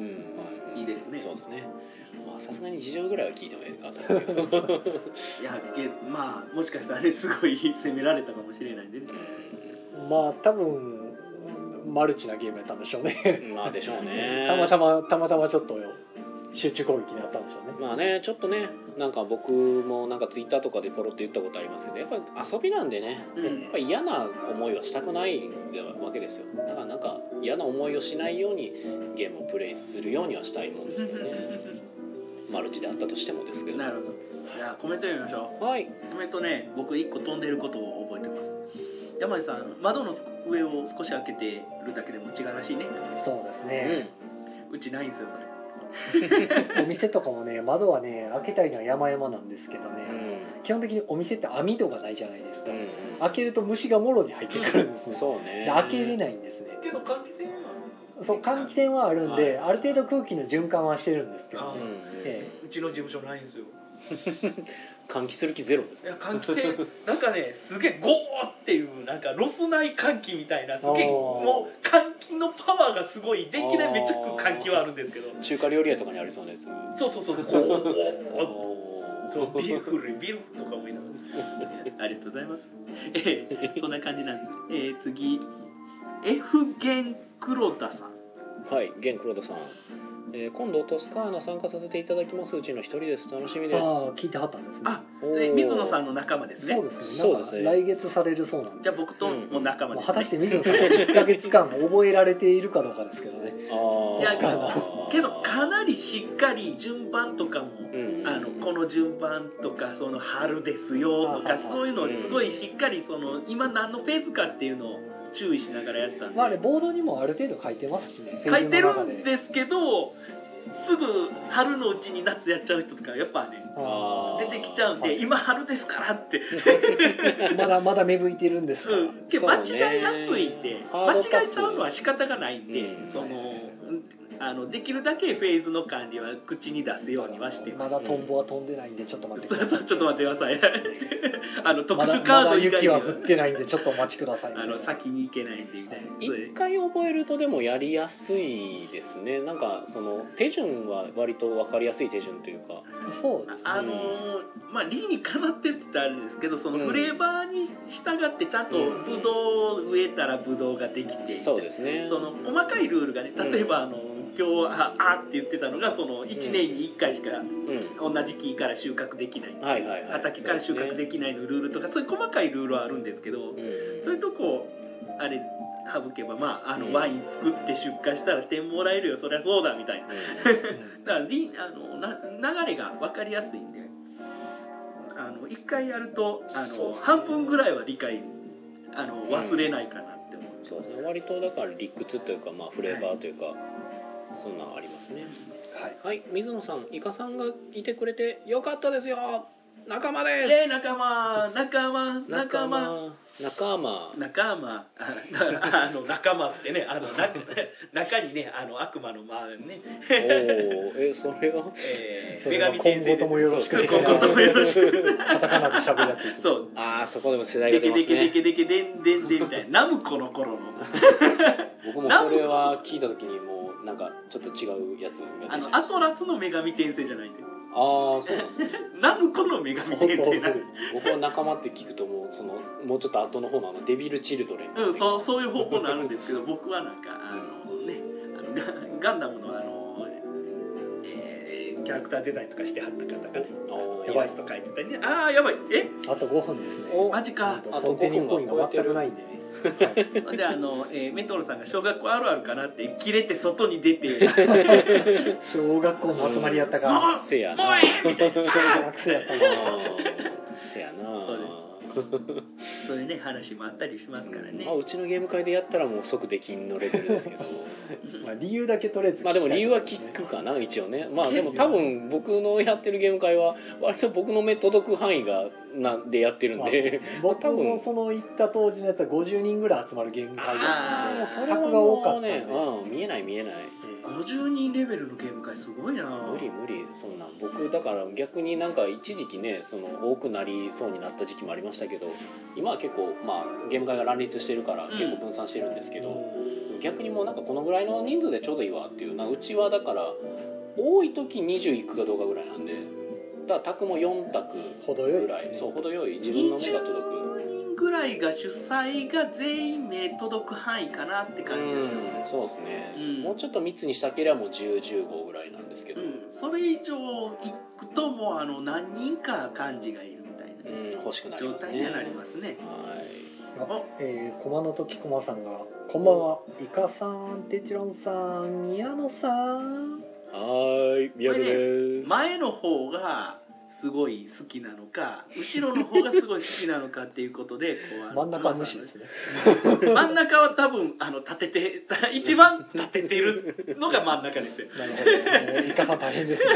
いいですね。
そうですね、まあさすがに事情ぐらいは聞いてもいいかと思うけど
いやけまあもしかしたらねすごい責められたかもしれないんでね、
うん、まあ多分マルチなゲームやったんでしょうね
まあでしょうね
たまたまたまたまちょっと集中攻撃にあったんでしょうね。
まあねちょっとねなんか僕もなんかツイッターとかでポロって言ったことありますけど、やっぱり遊びなんでね、
うん、
やっぱり嫌な思いはしたくないわけですよ。だからなんか嫌な思いをしないようにゲームをプレイするようにはしたいもんですよねマルチであったとしてもですけど。
なるほど。じゃあコメント読みましょう。
はい、
コメントね僕いっこ飛んでることを覚えてます。山地さん窓の上を少し開けてるだけでも違うらしいね。
そうですね、
うん、うちないんですよそれ
お店とかもね窓はね開けたいのは山々なんですけどね、うん、基本的にお店って網戸がないじゃないですか、うんうん、開けると虫がもろに入ってくるんですね、うん、
そうね、
で開けれないんですね。
けど換気扇は
そう換気扇はあるんで、はい、ある程度空気の循環はしてるんですけど、ね、
ええ、うちの事務所ないんですよ
換気する気ゼロです。
いや換気扇なんかねすげえゴーっていうなんかロス内換気みたいなすげえもう換気のパワーがすごい電気代めっちゃ換気はあるんですけど
中華料理屋とかにありそうなやつ。
そうそうそうゴーそうビーフビーフとかもいいなありがとうございます、えー、そんな感じなんです、えー、次 F ゲン黒田さん。
はい、ゲン黒田さん、えー、今度トスカーナ参加させていただきますうちの一人です。楽しみです。
ああ聞いてはったんですね。
あで水野さんの仲間ですね。
そうですね。
そうですね。
来月されるそうなんで。
じゃあ僕とも仲間です、ね、
まあ、果たして水野さんいっかげつかん覚えられているかどうかですけどね。
あ
いやけどかなりしっかり順番とかも、うん、あのこの順番とかその春ですよとかそういうのをすごいしっかりその今何のフェーズかっていうのを注意しながらやったんで、
まあね、ボードにもある程度書いてますしね。
書いてるんですけどすぐ春のうちに夏やっちゃう人とかやっぱね出てきちゃうんで、はい、今春ですからって
まだまだ芽吹いてるんですか、
うん、間違いやすいんで、間違えちゃうのは仕方がないんで、うん、そのあのできるだけフェーズの管理は口に出すようにはして
ま
ます。
だトンボは飛んでないんでちょっと待ってください。
そうそうちょっと待ってくださいあの特
まだ
殊カード以
まだ雪は
外には
降ってないんでちょっとお待ちください。
あの先に行けないんでみたいな。それ
一回覚えるとでもやりやすいですね。なんかその手順は割と分かりやすい手順というか、
そうですね。
あのーまあ理にかなってって言ったらあれですけど、そのフレーバーに従ってちゃんとブドウ植えたらブドウができて、
そうですね。
その細かいルールがね、例えばあの今日ああって言ってたのがそのいちねんにいっかいしか
うん
同じ木から収穫できない、
はいはいはい、
畑から収穫できないのルールとかそういう細かいルールはあるんですけど、
うん
そういうとこあれ省けば、まあ、あ
うん
のワイン作って出荷したら点もらえるよ、そりゃそうだみたいな、だからりあのな流れが分かりやすいんで、あのいっかいやるとあの、
そうですね
半分ぐらいは理解あの忘れないかなって思う、
そうですね。割とだから理屈というか、まあフレーバーというか、そんなんありますね。
はい。
はい、水野さん、イカさんがいてくれてよかったですよ。仲間です。
で仲間仲間仲間
仲間
仲間あの仲間ってね、あの中中にねあの悪魔の間ね
おお、えそれは、
えー、
それは
女神転生
今後ともよろしく
そう今後ともよろしく
カタカナで喋るやつです。
そう
ああそこでも世代が
デケデ
出ますね。
ケデケデケデンデンデンみたいなナムコの頃の
僕もそれは聞いた時にもうなんかちょっと違うやつが
あ
出ちゃいました。
のアトラスの女神転生じゃないんで
ああそうなんですね。
ナムコの女神転生なんで、
僕は仲間って聞くともうそのもうちょっと後の方のあのデビルチルドレンが
うん、そうそういう方向になるんですけど僕はなんかあのねあのガガンダムのあの、えーキャラクターデザインとかしてはった方がね
おー
やばい
イラスト描いてたりね、ああやばいえ
あとごふんですね。
お
マジか
あと
コンティニューコインが全くないんでね。はい。
であの、えーメトロさんが小学校あるあるかなって切れて外に出て
小学校の集まりやったか。
そう
せやな。
もうええみたいな
小学生やったな。
あーせやな。
そうですそういうね話もあったりしますからね、
まあ、うちのゲーム会でやったらもう即できんのレベルですけど
まあ理由だけとりあえず聞きたい
まあでも理由は聞くかな一応ね。まあでも多分僕のやってるゲーム会は割と僕の目届く範囲がなんでやってるんで、
まあ僕もその行った当時のやつはごじゅうにんぐらい集まるゲーム会だったんで
あー
それは
客が多かったんで、
もうね、うん、見えない見えない。
ごじゅうにんレベルのゲーム会すごいな
無理無理そんなん。僕だから逆になんか一時期ねその多くなりそうになった時期もありましたけど、今は結構まあゲーム会が乱立してるから結構分散してるんですけど、逆にもうなんかこのぐらいの人数でちょうどいいわっていうな。うちはだから多い時にじゅういくかどうかぐらいなんで、だから卓もよん択
程よい
ぐらい、そう程よい自分の目が届く。
にじゅうにんぐらいが主催が全員目届く範囲かなって感じでしたね、
うん、そうですね、
うん
もうちょっと密にしたければもうじゅう、じゅうごぐらいなんですけど、
うん、それ以上いくともうあの何人か幹事がいるみたいな、
うん、欲しくなり
状
ますね。
態にはなりますね。
はい。
あえー、駒の時駒さんがこんばんは。イカさん、テチロンさん、宮野さん。
はーい、宮部です。
前の方がすごい好きなのか後ろの方がすごい好きなのかっていうことでこうあの
真ん中は無視ですね。
真ん中は多分あの立てて一番立ててるのが真ん中ですよ。
なるほど。もうイカさん大変ですね。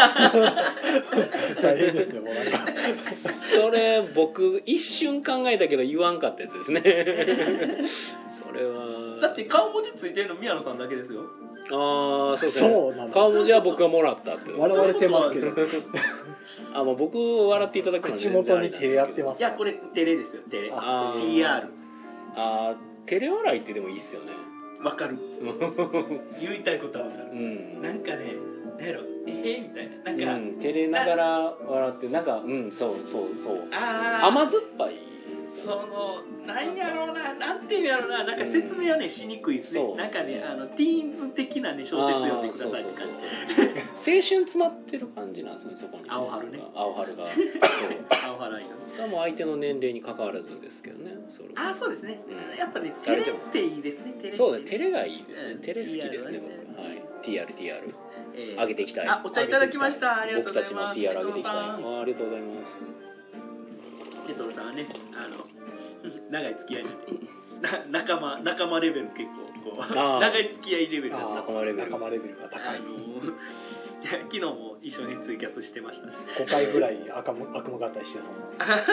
大変ですね。もうなんか。
それ僕一瞬考えたけど言わんかったやつですね。それは
だって顔文字ついてるの宮野さんだけですよ。
ああそうですね。
そうなんだ。
顔文字は僕がもらったって。
笑われてますけど。
あまあ僕を笑っていただくのは
口
全然
元に手やってますす。
いやこれテレですよテレ。
あ
あー
ティーアール
あー照れ笑いってでもいいっすよね。
わかる。言いたいことはわかる。
うん。
なんかねなんやろえー、みたいななんか、
うん、照れながら笑ってなんかうんそうそうそう
ああ
甘酸っぱい。
そのなんやろうななんていうんやろうななんか説明はねしにくいですね、
そう
なんかねあのティーンズ的なね小説読んでくださいって感じ。
あーそうそうそうそう青春詰まってる感じなんですねそこに。
青春ね
青春が。
青原いの
そう。それはもう相手の年齢に関わらずですけどね。それは
ああそうですね、
うん
やっぱねテレっていいですねテレって
そうね照れがいいですね。
うん
照れ好きですね
ティーアール
僕。はい。ティーアール ティーアール
えー
上げていきたい。
あお茶いただきましたありがとう
僕たちの
ございます。
ティーアール 上げていきたい。
メトロさん
あありがとうございます。
メトロさんはねあの長い付き合いなんでな仲間仲間レベル結構こう
あー
長い付き合いレベルなんで
あー
仲間レベル
仲間レベルが高い。
あのいや昨日も一緒にツイキャスしてましたし
ごかいぐらい悪夢悪夢合体して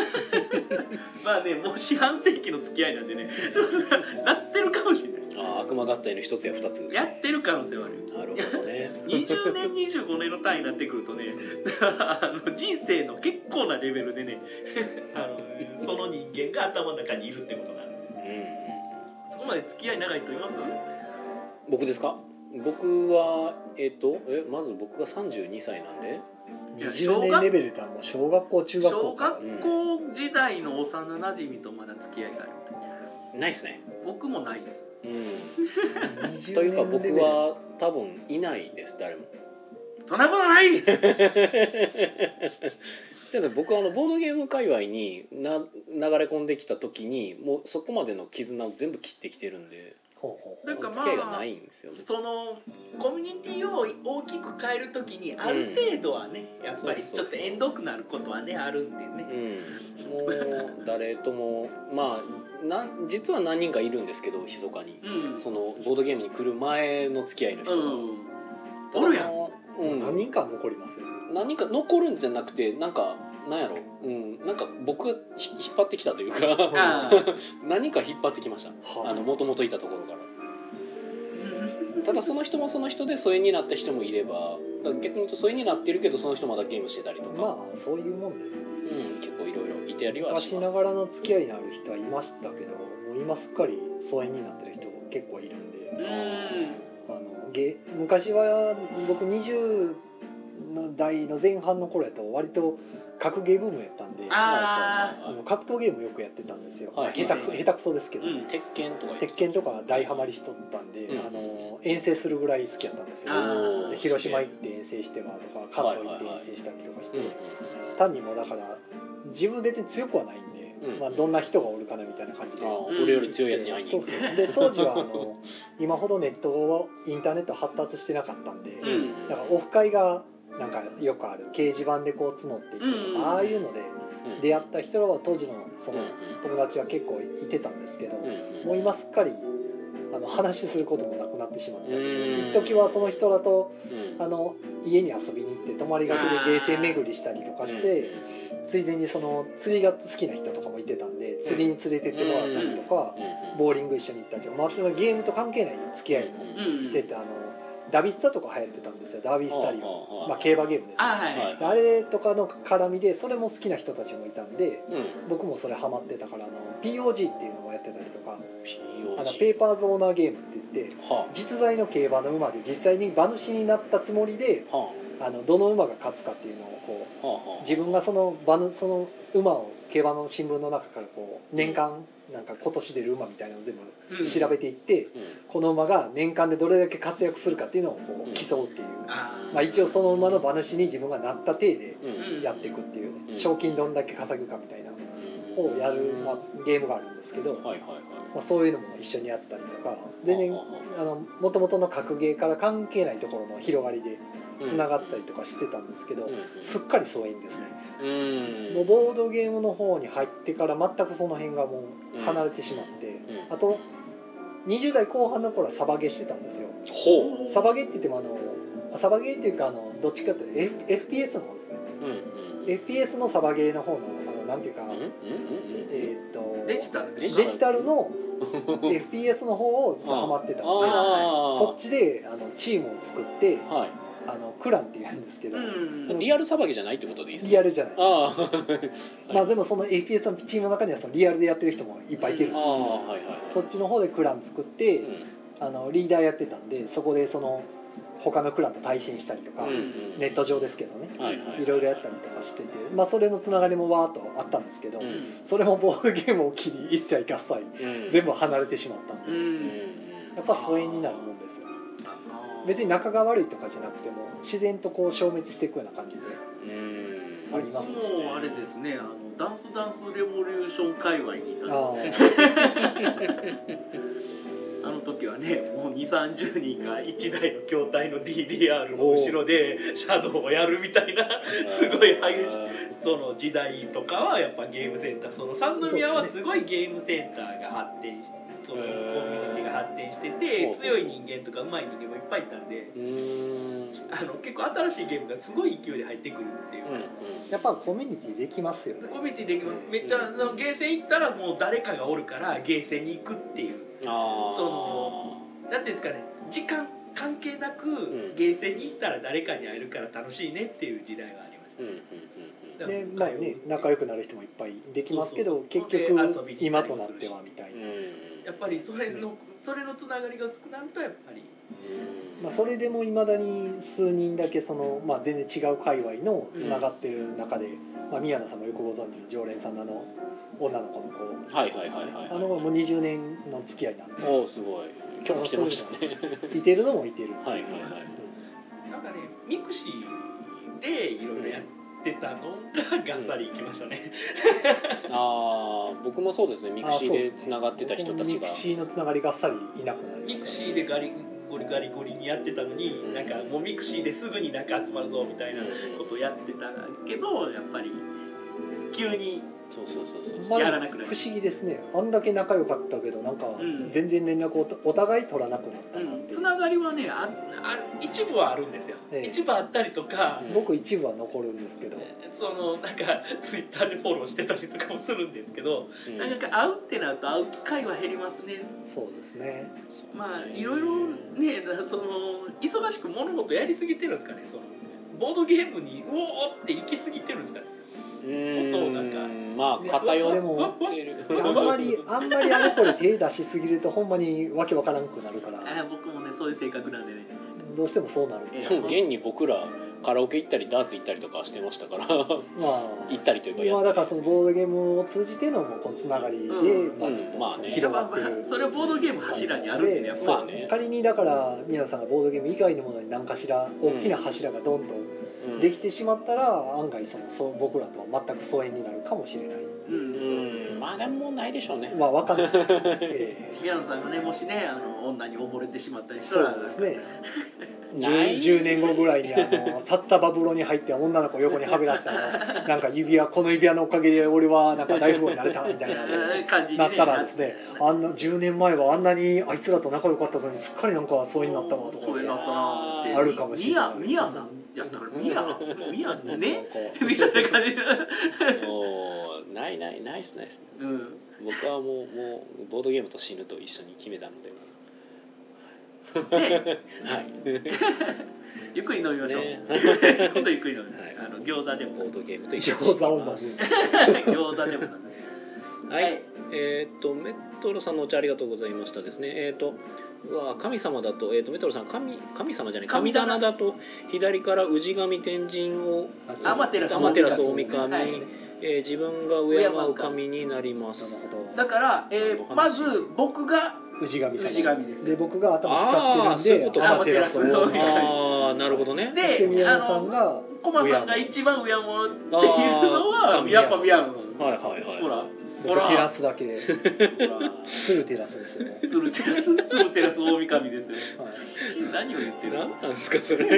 そ
まあねもう四半世紀の付き合いなんでねそうそうなってるかもしれないです。
ああ悪魔合体の一つや二つ
やってる可能性はある。
なるほどね
にじゅうねんにじゅうごねんの単位になってくるとねあの人生の結構なレベルでねあのその人間が頭の中にいるってことがある、うん、そこまで付き合い長い人います？
僕ですか？僕はえっ、ー、とえまず僕がさんじゅうにさいなんで
にじゅうねんレベルではもう小学校中学校
小学校時代の幼なじみとまだ付き合いがあるみたいな。
ないですね。僕
もないです、
うん、というか僕は多分いないです誰も。
そんなことない
僕はあのボードゲーム界隈にな流れ込んできた時にもうそこまでの絆を全部切ってきてるんで
なんかまあ、
付き合いがないんですよね。
そのコミュニティを大きく変えるときにある程度はね、うん、やっぱりちょっと縁遠くなることはねあるんでね、
うん、もう誰ともまあな実は何人かいるんですけど密かに、うん、そのボードゲームに来る前の付き合いの人が、うん、
おるやん、
うん、何人か残りますよね。
何人か残るんじゃなくてなんかなんやろ、うん、なんか僕が引っ張ってきたというか何か引っ張ってきました、はあ、あの元々いたところからただその人もその人で疎遠になった人もいれば逆に言うと疎遠になってるけどその人まだゲームしてたりとか
まあそういうもんですよね、
うん、結構いろいろいてやりはします。
昔ながらの付き合いのある人はいましたけどもう今すっかり疎遠になってる人結構いるんで、うんあのゲ昔は僕にじゅうの代の前半の頃やと割と格ゲーブームやったんでああの格闘ゲームよくやってたんですよ、はい、下手くそ、下手くそですけど、うん、
鉄拳とか
鉄拳とか大ハマりしとったんで、うん、あの遠征するぐらい好きやったんですよ。で広島行って遠征してはとか関東行って遠征したりとかして、はいはいはい、単にもだから自分別に強くはないんで、うんまあ、どんな人がおるかなみたいな感じで、
うん、俺より強いやつに会いに行く。
そうそうで当時はあの今ほどネットインターネット発達してなかったんで、うん、だからオフ会がなんかよくある掲示板でこう募っていくとか、ああいうので出会った人らは当時のその友達は結構いてたんですけど、もう今すっかりあの話することもなくなってしまったり、一時はその人らとあの家に遊びに行って泊まりがけでゲーセン巡りしたりとかして、ついでにその釣りが好きな人とかもいてたんで釣りに連れてってもらったりとか、ボーリング一緒に行ったりとか、まあ、ゲームと関係ない付き合いもしてて、あのダビスタとか流行ってたんですよ。ダービースタリオン、まあ、競馬ゲームですね、あ、はい、あれとかの絡みでそれも好きな人たちもいたんで、うん、僕もそれハマってたからあの ピーオージー っていうのをやってたりとか、あのペーパーズオーナーゲームって言って、はあ、実在の競馬の馬で実際に馬主になったつもりで、はあ、あのどの馬が勝つかっていうのをこう、はあはあ、自分がその馬のその馬を競馬の新聞の中からこう年間なんか今年出る馬みたいなのを全部調べていって、うん、この馬が年間でどれだけ活躍するかっていうのをこう競うっていう、うん、まあ、一応その馬の馬主に自分がなった体でやっていくっていうね、うん、賞金どんだけ稼ぐかみたいなのをやる、まあ、ゲームがあるんですけど、はいはいはい、まあ、そういうのも一緒にやったりとか全然もともとの格ゲーから関係ないところの広がりでつながったりとかしてたんですけど、うん、すっかり疎遠ですね、うん、もうボードゲームの方に入ってから全くその辺がもう離れてしまって、うん、あとにじゅう代後半の頃はサバゲーしてたんですよ。ほうサバゲーって言ってもあのサバゲーっていうかあのどっちかっていうと エフピーエス の方ですね、うんうん、エフピーエス のサバゲーの方のあのなんていうか、うんうんうん、えー、っと
デジタル
デジタルのエフピーエス の方をずっとハマってたんでそっちであのチームを作って、はい、あのクランって言うんですけど、うん、
リアルサバゲーじゃないってことでいいですか？
リアルじゃないです。あまあでもその エフピーエス のチームの中にはそのリアルでやってる人もいっぱいいてるんですけど、うん、はいはい、そっちの方でクラン作って、うん、あのリーダーやってたんでそこでその他のクランと対戦したりとか、うんうん、ネット上ですけどね、はいはい、いろいろやったりとかしてて、まあ、それのつながりもわーっとあったんですけど、うん、それもボードゲームを機に一切合切、うん、全部離れてしまったんで、うん、やっぱ疎遠になるもんですよ。別に仲が悪いとかじゃなくても自然とこう消滅していくような感じでありますね。
もうあれですね、あのダンスダンスレボリューション界隈にいたんですね。あの時はねもうにじゅうさんじゅうにんがいちだいの筐体の ディーディーアール の後ろでシャドウをやるみたいなすごい激しいその時代とかはやっぱゲームセンター、その三宮はすごいゲームセンターが発展してそのコミュニティが発展してて強い人間とか上手い人間もいっぱいいたんで、うーんあの結構新しいゲームがすごい勢いで入ってくるっていうか、うんうん、
やっぱコミュニティできますよね。
コミュニティできます。めっちゃゲーセン行ったらもう誰かがおるからゲーセンに行くっていう、あそのなんていうんですかね、時間関係なく
ん
ゲーセンに行ったら誰かに会えるから楽しいねっていう時代はありました、
うんうんうん
でまあね、仲良くなる人もいっぱいできますけど、
そうそうそう
結局
で遊びに行
今
ったりもするし
となってはみたいな、
うん
やっぱりそれのそれのつながりが少なるとやっぱり
まあ、それでもいまだに数人だけその、まあ、全然違う界隈のつながってる中で、まあ、宮野さんもよくご存知の常連さんのあの女の子の子、
はいはいはいはい
あのもうにじゅうねんの付き合いなんで、
おおすごい今日も来てましたね
いてるのもいてる、
はいはいはい
なんかねミクシーでいろいろやってたのががっさりいきましたね、
ああ僕もそうですねミクシーでつながってた人たちが
ミクシーのつながりがっさりいなくなりま
ミク
したね。
シーでガリゴリガリゴリにやってたのに、
うん
なんかもうミクシーですぐになんか集まるぞみたいなことをやってたけど、やっぱり急に
そうそうそうそう
まあ
やらなくなる
不思議ですね。あんだけ仲良かったけどなんか
うん
全然連絡をお互い取らなくなったなっ
うん、
て、
つながりはねああ一部はあるんですよ、
ええ
一部あったりとか、
僕一部は残るんですけど、
そのなんかツイッターでフォローしてたりとかもするんですけど、
うん
なかなか会うってなると会う機会は減りますね。
そうですね。
まあいろいろね、だからその忙しく物事やりすぎてるんですかね、そのボードゲームにうおーって行き過ぎてるんですかね。
うー
もっとなんか
んまあ偏ってる
いやあんまりあんまりあれこれ手出しすぎるとほんまにわけわからんくなるから
あ僕もねそういう性格なんでね。
どうしてもそうなる。
ええ
現に僕らカラオケ行ったりダーツ行ったりとかしてましたから
ま
行
あ
ったりというかや
今
ったり
だからそのボードゲームを通じてのこのつながりで
うん
まず
うんまあね
広がってる。
まあまあそれはボードゲーム柱にあるんでね、やっぱ
まあね
仮にだから宮野さんがボードゲーム以外のものに何かしら大きな柱がどんどん
うん
できてしまったら案外そのそう僕らとは全く疎遠になるかもしれない。
うん
うんまあでももうないでしょうね
まあわかんないですけど、え
宮野さんがねもしねあの女に溺れてしまった
え
りしたら
そうですね。
ない
じゅうねんごぐらいにあの札束風呂に入って女の子横にはべらしたらなんか指輪この指輪のおかげで俺はなんか大富豪になれたみたいな
感じに、ね、
なったらですね、あんなじゅうねんまえはあんなにあいつらと仲良かったのにすっかりなんか疎遠になったわとか
そうになったなって
あるかもしれない
ミヤミヤなんやったからミヤミヤ
なん
ね
か
みたいな感じで、
もうないないないっすないっす
うん、
僕はもうもうボードゲームと死ぬと一緒に決めたので
ね
はい
ゆっくり飲みましょう。
ね
今度ゆっくり飲みましょう。
はい
あの餃子でも
ボードゲームと一緒に
餃子を飲む
餃子でもなんで。
はい、
はい
えーっとメトロさんのお茶ありがとうございましたですね。えーっとうわ神様だと、えーっとメトロさん神神様じゃない神棚だと左から氏神天神を
アマテラス
アマテラス大神、
はい
えー自分が敬う神になります。
なるほど。
だから、えー、まず僕が
氏神様
氏神です。
で僕が頭光
ああそういうことか
ってるんでアマテラスを
アマテラスを
ああなるほどね。
そして
で、あ
宮野さん
の
が
コマさんが一番敬っているの
あ
は
ー
やっぱ宮野さん。
はいはいはい。
ほら、ほ
僕テラ
ら、
スだけ
ほら、
すぐテラスですよね。
鶴テラス、鶴テラス大神ですよ。
はい
何を言ってるの？
何なんですかそれ。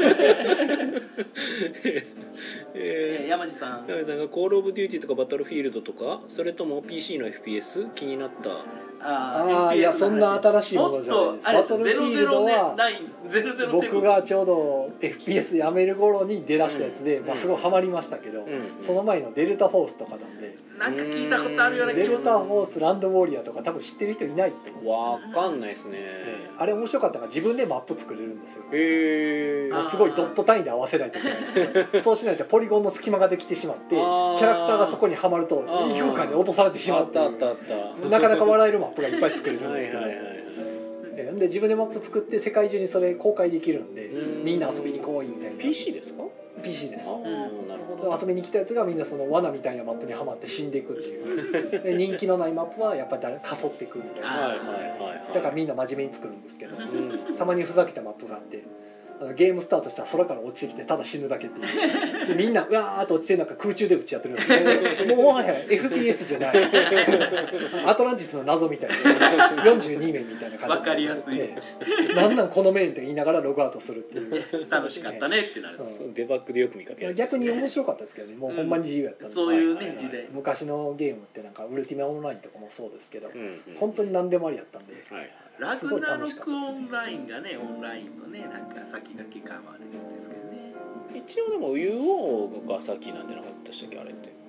えー
えー、山地さん。
山口さんがコールオブデューティーとかバトルフィールドとかそれとも ピーシー の エフピーエス 気になった
ああいやそんな新しいものじゃないです。
もっとあれです
バトルフィールドは
ゼロゼロナイン
僕がちょうど エフピーエス やめる頃に出だしたやつで、
うん
まあ、すごいハマりましたけど、
うん
その前のデルタフォースとかなんで、
なんか聞いたことあるような気
デル
がする。
タフォースランドウォリアーとか多分知ってる人いないと思う、
わかんないですね
あれ面白かったのが自分でマップ作れるんですよ。
へえ
あー
すごいドット単位で合わせないといけないんですけどそうしないとポリゴンの隙間ができてしまってキ
あー
ャラクターがそこにはまると
あー
異空間に落とされてしまうっていう
あったあったあった
なかなか笑えるマップがいっぱい作れるん
は
ですけど、
いはいはいはい
えで自分でマップ作って世界中にそれ公開できるんで
うん
みんな遊びに来いみたいな
ピーシー ですか
ピーシー です
ああなるほど
遊びに来たやつがみんなその罠みたいなマップにはまって死んでいくっていうで人気のないマップはやっぱりかそっていくみたいな
はいはいはいはい
だからみんな真面目に作るんですけど
うん
たまにふざけたマップがあってあのゲームスタートしたら空から落ちてきてただ死ぬだけっていうでみんなうわーっと落ちてる中空中で打ち合ってるんですけどもうもはや エフピーエス じゃないアトランティスの謎みたいなよんじゅうにめんみたいな感じで
わかりやすい
ねなんなんこの面って言いながらログアウトするっていう
楽しかったねってなる。
うん
そうデバッグでよく見かけるやつです
逆
ね
に面白かったですけどねもうほんまに自由やったんで、
そういう
はいはいはい
ね時代。
昔のゲームってなんかウルティマオンラインとかもそうですけど、
うんうん
本当に何でもありやったんで
はいはい
ラグナロクオンラインがねオンラインのねなんか先駆け感はあるんですけどね。
一応でも ユーオー が先なんじゃなかったでしたっけあれって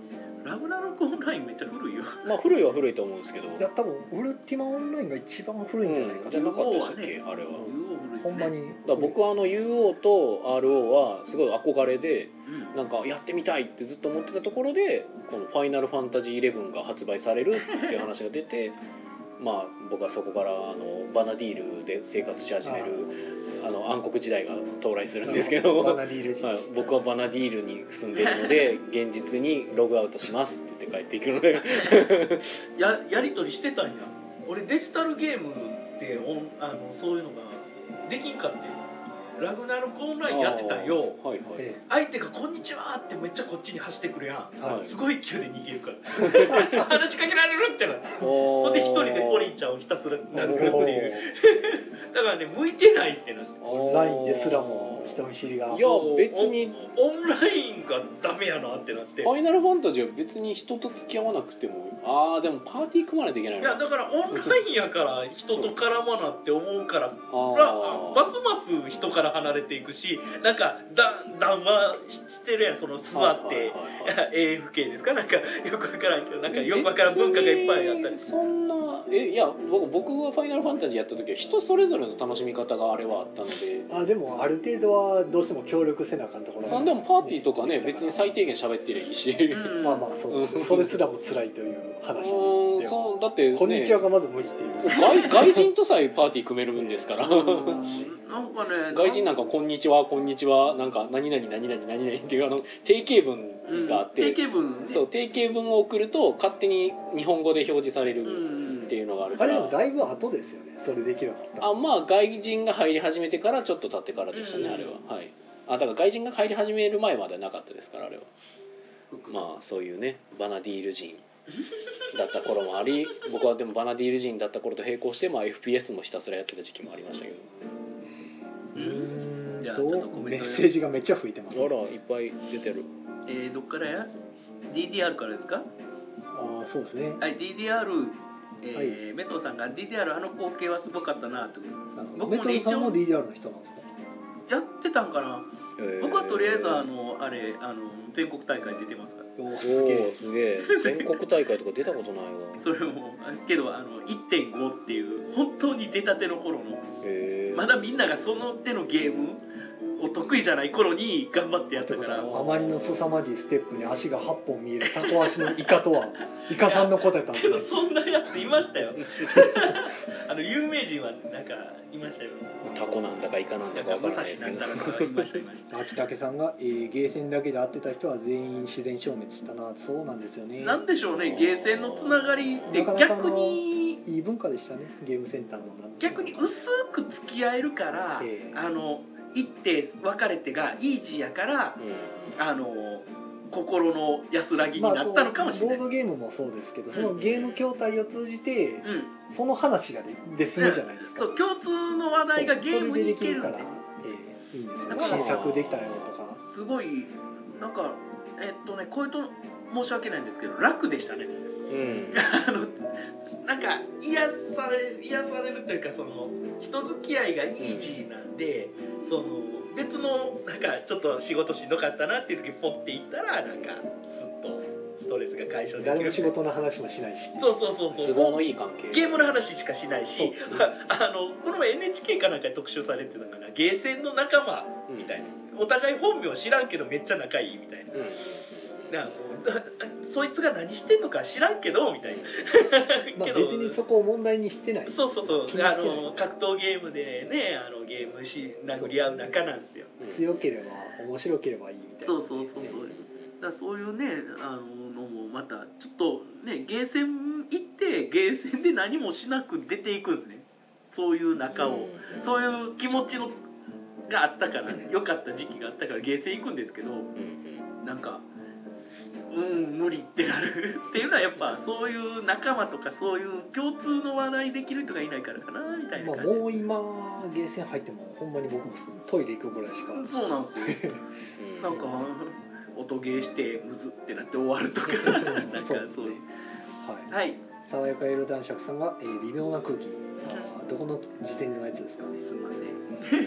ラグナロクオンラインめっちゃ古いよ。
まあ古いは古いと思うんですけど、
いや多分ウルティマオンラインが一番古いんじゃないかな、
うん、じゃなかったでしたっけ、
ユーオーはね
あれは。
ユーオー古いですね。
ほんまに。
だから僕はあの ユーオー と アールオー はすごい憧れで、
うん
なんかやってみたいってずっと思ってたところで、この「ファイナルファンタジーイレブン」が発売されるっていう話が出てまあ僕はそこからあのバナディールで生活し始めるあの暗黒時代が到来するんですけど、
バナディール人、
はい、僕はバナディールに住んでるので現実にログアウトしますって言って帰っていくので
ややり取りしてたんや。俺デジタルゲームってオンあのそういうのができんかって。ラグナロクオンラインやってたんよ。
はいはい、
え
相手が「こんにちは」ってめっちゃこっちに走ってくるやん、
はい
すごい勢いで逃げるから話しかけられるってなって、ほんで一人でポリンちゃんをひたすら殴るっていうだからね向いてないってなって。
オンラインですらも人見知りが。
いや別に
オンラインがダメやなってなって。
ファイナルファンタジーは別に人と付き合わなくても、ああでもパーティー組まないといけないの
いやだからオンラインやから人と絡まなって思うから
あ
ますます人から離れていくし、なんかだ談話してるやん、その座って、
はいはいはいはい
エーエフケー ですか、なんかよくわからんけど、なんかよくわからん文化がいっぱいあったりする。
そんなえいや僕僕がファイナルファンタジーやった時は人それぞれの楽しみ方があれはあったので、
あでもある程度はどうしても協力せなあかんところが、
あでもパーティーとかね別に最低限喋ってりゃいいし、
うん
まあまあそう、
うん
それすらも辛いという話で
うん
は
そうだって、ね、
こんにちはがまず無理っていう
外外人とさえパーティー組めるんですから
なんかね、
外人なんか「こんにちはこんにちは」なんか「何々何々何々」っていうあの定型文があって、
定型文、ね、
そう定型文を送ると勝手に日本語で表示されるっていうのがあるから、
あれでもだいぶ後ですよねそれできるようになった。
あまあ外人が入り始めてからちょっと経ってからでしたね、
うん
あれは。はいあだから外人が入り始める前まではなかったですからあれは。まあそういうねバナディール人だった頃もあり僕はでもバナディール人だった頃と並行して、まあ、エフピーエス もひたすらやってた時期もありましたけど。
うーん
じゃあちょっと
と
コメント
メッセージがめっちゃ吹いてます、
あらいっぱい出てる。
えー、どっからや ディーディーアール からですか。
ああそうですね。
はい ディーディーアール、えー
はい
メトウさんが ディーディーアール あの光景はすごかったなと。僕
メトロ
もね一応
さんも ディーディーアール の人なんですか。
やってたんかな。
えー
僕はとりあえずあのあれあの全国大会出てますから。
お
おすげえ
ーすげえ全国大会とか出たことないわ。
それもけどあの いってんご っていう本当に出たての頃の
へー
まだみんながその手のゲームを得意じゃない頃に頑張ってやったから。
あまりの凄まじいステップに足がはっぽん見えるタコ足のイカとはイカさんの答えたんですよ
けど。そんなやついましたよあの有名人はなんかいましたよ。
タコなんだかイカなんだかわか
武
らないですけど
蔵なんだらかいましたいました
秋武さんが、えー、ゲーセンだけで会ってた人は全員自然消滅したな。そうなんですよね。
なんでしょうね、ゲーセンのつながりって
なかなか
逆に
いい文化でしたねゲームセンターのなんていうの
逆に薄く付き合えるから、
ええ
あの行って別れてがイージーやから
う
あの心の安らぎになったのかもしれない
ボード
です、
ゲームもそうですけど、そのゲーム筐体を通じて
うん
その話がでで済むじゃないですか。
そう共通の話題がゲームにいけるんで
そうそれでできるから、ええいいんですよ
だから
新作できたよとか。
すごいなんかえっとねこういうと申し訳ないんですけど楽でしたね
んうん
あのなんか癒され癒されるというかその人付き合いがイージーなんで、うん、その別のなんかちょっと仕事しんどかったなっていう時ポッて行ったらなんかスッとストレスが解消できる。
誰も仕事の話もしないし。
そうそうそうそう
都合のいい関係。
ゲームの話しかしないし、あのこの前 エヌエイチケー かなんかで特集されてたからゲーセンの仲間みたいな、うん、お互い本名知らんけどめっちゃ仲いいみたいな、うん、なそいつが何してんのか知らんけどみたいな
まあ
けど
別にそこを問題にしてない。
そうそうそう
気にしてない
あの格闘ゲームでねあのゲームし殴り合う仲なんですよ。
強ければ面白ければいいみたいな。
そうそうそうそう、だからそういうねあののもまたちょっとねゲーセン行ってゲーセンで何もしなく出ていくんですね。そういう仲を、
うん、
そういう気持ちのがあったから良かった時期があったからゲーセン行くんですけど、
うん、
なんかうん無理ってなるっていうのはやっぱそういう仲間とかそういう共通の話題できる人がいないからかなみたいな
まあ、
感じ、
もう今ゲーセン入ってもほんまに僕もトイレ行くぐらいしか。
そうなんですよなんか音ゲーしてムズってなって終わるとかなんかそう
ですね。はい。
はい
爽やかエロ男爵さんが、えー、微妙な空気。あーどこの時点のやつですかね。
すいません
えー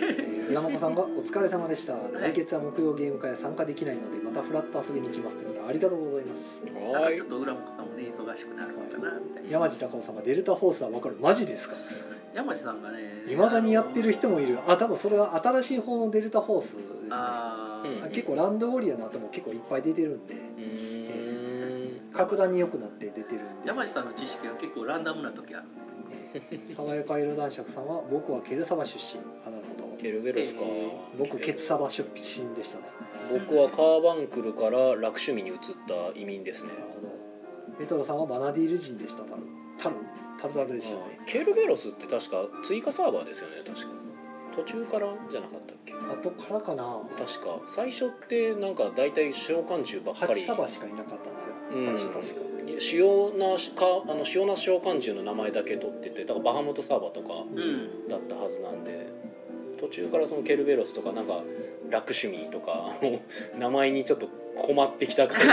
浦本さんがお疲れ様でした、来月は木曜ゲーム会参加できないのでまたフラッと遊びに行きますということでありがとうございます。
なんかちょっと浦本さんもね忙しくなるのかなみたいな。
山地隆夫さんがデルタフォースは分かる、マジですか。
山地さんがね
いまだにやってる人もいる。あ、多分それは新しい方のデルタフォースですね。
あ、
うん、結構ランドウォリアーの後も結構いっぱい出てるんで、うん、えー、格段に良くなって出てるんで。
山地さんの知識は結構ランダムな時あるんで。
爽やか色男爵さんは僕はケルサバ出身。あ、なるほど。
ケルベロスか、
えー、僕ケツサバ出身でしたね。
僕はカーバンクルからラクシュミに移った移民ですね。
なるほど。メトロさんはバナディール人でした。タルタルタルタルでしたね。
ケルベロスって確か追加サーバーですよね。確か途中からじゃなかったっけ。
後からかな。
確か最初ってなんか大体召喚獣ばっかり、
ハチサバしかいなかったんですよ、
うん、
最初確か。
主要なかあの主要な召喚獣の名前だけ取ってて、だからバハムトサーバーとかだったはずなんで、うん、途中からそのケルベロスとかなんかラクシュミとか名前にちょっと困ってきたから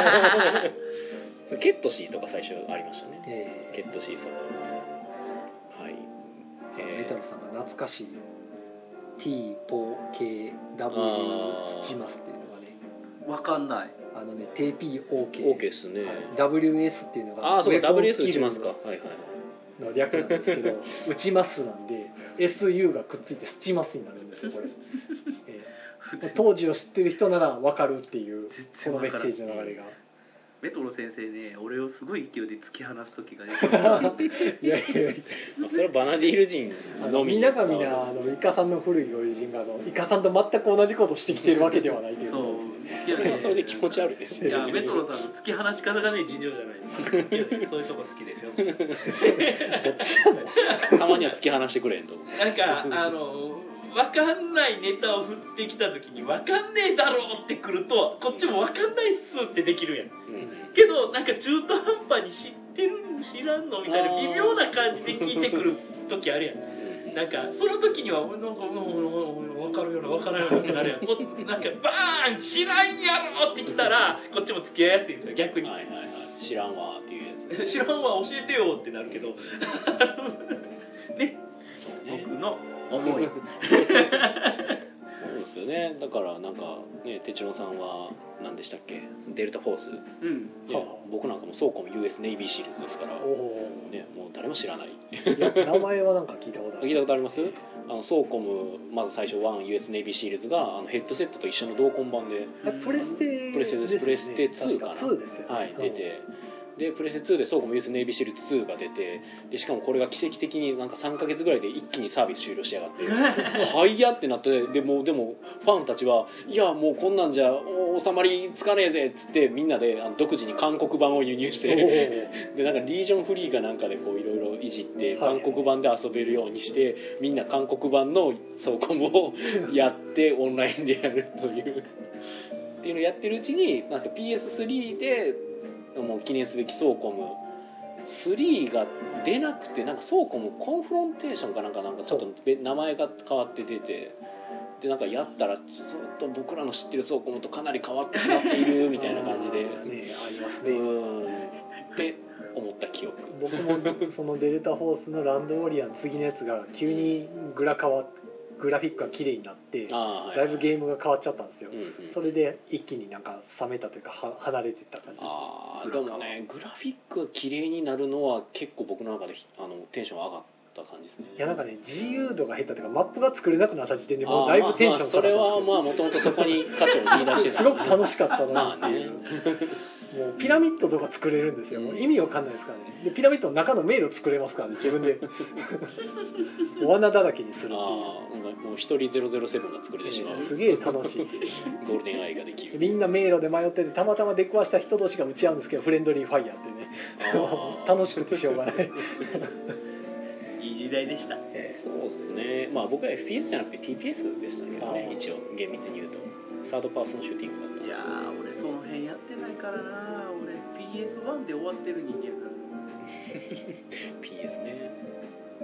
ケットシーとか最初ありましたね、えー、ケットシーサーバー、はい、
えー、メタルさんが懐かしい T ポ K W スチマスっていうのがね、
わかんない。
あのね ティーピーオーケー
OK ですね、
はい、ダブリューエス っていうのが
ああそうか ダブリューエス 打ちますか、はいはい
の略なんですけど打ちますなんで エスユー がくっついてスチマスになるんですよこれ、えー、当時を知ってる人なら分かるっていうこのメッセージの流れが。
メトロ先生ね、俺をすごい勢いで突き放す時がね
いやいやいや
それはバナディール人のみ
みんながみんなあのイカさんの古いご友人があのイカさんと全く同じことしてきてるわけではないということですね。
それはそれで気持ち悪いです
よ。いやメトロさんの突き放し方がね尋常じゃないですいやそういうとこ好きですよ
どっちやの
たまには突き放してくれんと
なんかあの分かんないネタを振ってきた時に分かんねえだろうってくるとこっちも分かんないっすってできるやん、うん、けどなんか中途半端に知ってる知らんのみたいな微妙な感じで聞いてくる時あるやん。なんかその時にはなんか分かるよな分からんよなってなるやん。なんかバーン知らんやろってきたらこっちも付き合いやすいんですよ逆に、はいはいはい、知らんわっていうやつ知らんわ教えてよってなるけどね、そうね、僕の思い
そうですよね。だからなんかね、テチロンさんは何でしたっけ、デルタフォース、うん、ね、僕なんかもソーコム ユーエス ネイビーシリーズですから、ね、もう誰も知らない。
いや名前はなんか聞いたことある。
聞いたことあります？あのソーコムまず最初 ワンユーエス ネイビーシリーズがあのヘッドセットと一緒の同梱版で、
プレステ
プレステです、プレステツーかな、
ツーですよね、
はい、出て。でプレステツーでソーコム ユーエス ネイビーシリーズツーが出て、でしかもこれが奇跡的になんかさんかげつぐらいで一気にサービス終了しやがってはいやってなって、でもでもファンたちはいやもうこんなんじゃ収まりつかねえぜっつってみんなであの独自に韓国版を輸入してでなんかリージョンフリーかなんかでこういろいろいじって韓国版で遊べるようにしてみんな韓国版のソーコムをやってオンラインでやるというっていうのをやってるうちになんか ピーエススリー でもう記念すべきソーコムスリーが出なくて、なんかソーコムコンフロンテーションかなんかなんかちょっと名前が変わって出て、でなんかやったらちょっと僕らの知ってるソーコムとかなり変わってしまっているみたいな感じで、ね、
ありますね。
うんって思った記憶。
僕もそのデルタフォースのランドウォリアーの次のやつが急にグラ変わってグラフィックが綺麗になって、はい、だいぶゲームが変わっちゃったんですよ、うんうん、それで一気になんか冷めたというかは離れていった感じです。
あでもねグラフィックが綺麗になるのは結構僕の中であのテンション上がった感じですね。
いやなんかね自由度が減ったというかマップが作れなくなった時点でもうだいぶテンション
下がったんですけど、まあまあ、それはまあもともとそこに価値を見出してた
すごく楽しかったな
まあね
もうピラミッドとか作れるんですよ、もう意味わかんないですからね。でピラミッドの中の迷路作れますからね自分で罠だらけにするっていう。
あなんかもう一人ゼロゼロセブンが作れてしまう、
すげえ楽しい
ゴールデンアイができる。
みんな迷路で迷っててたまたま出くわした人同士が打ち合うんですけどフレンドリーファイヤーってね楽しくてしょうがない
いい時代でした。
そうですね。まあ僕は エフピーエス じゃなくて ティーピーエス でしたけどね、一応厳密に言うとサードパーソンシューティングだった。
いやー俺その辺やってないからな。俺 ピーエスワン で終わってる人間だ
ピーエス ね。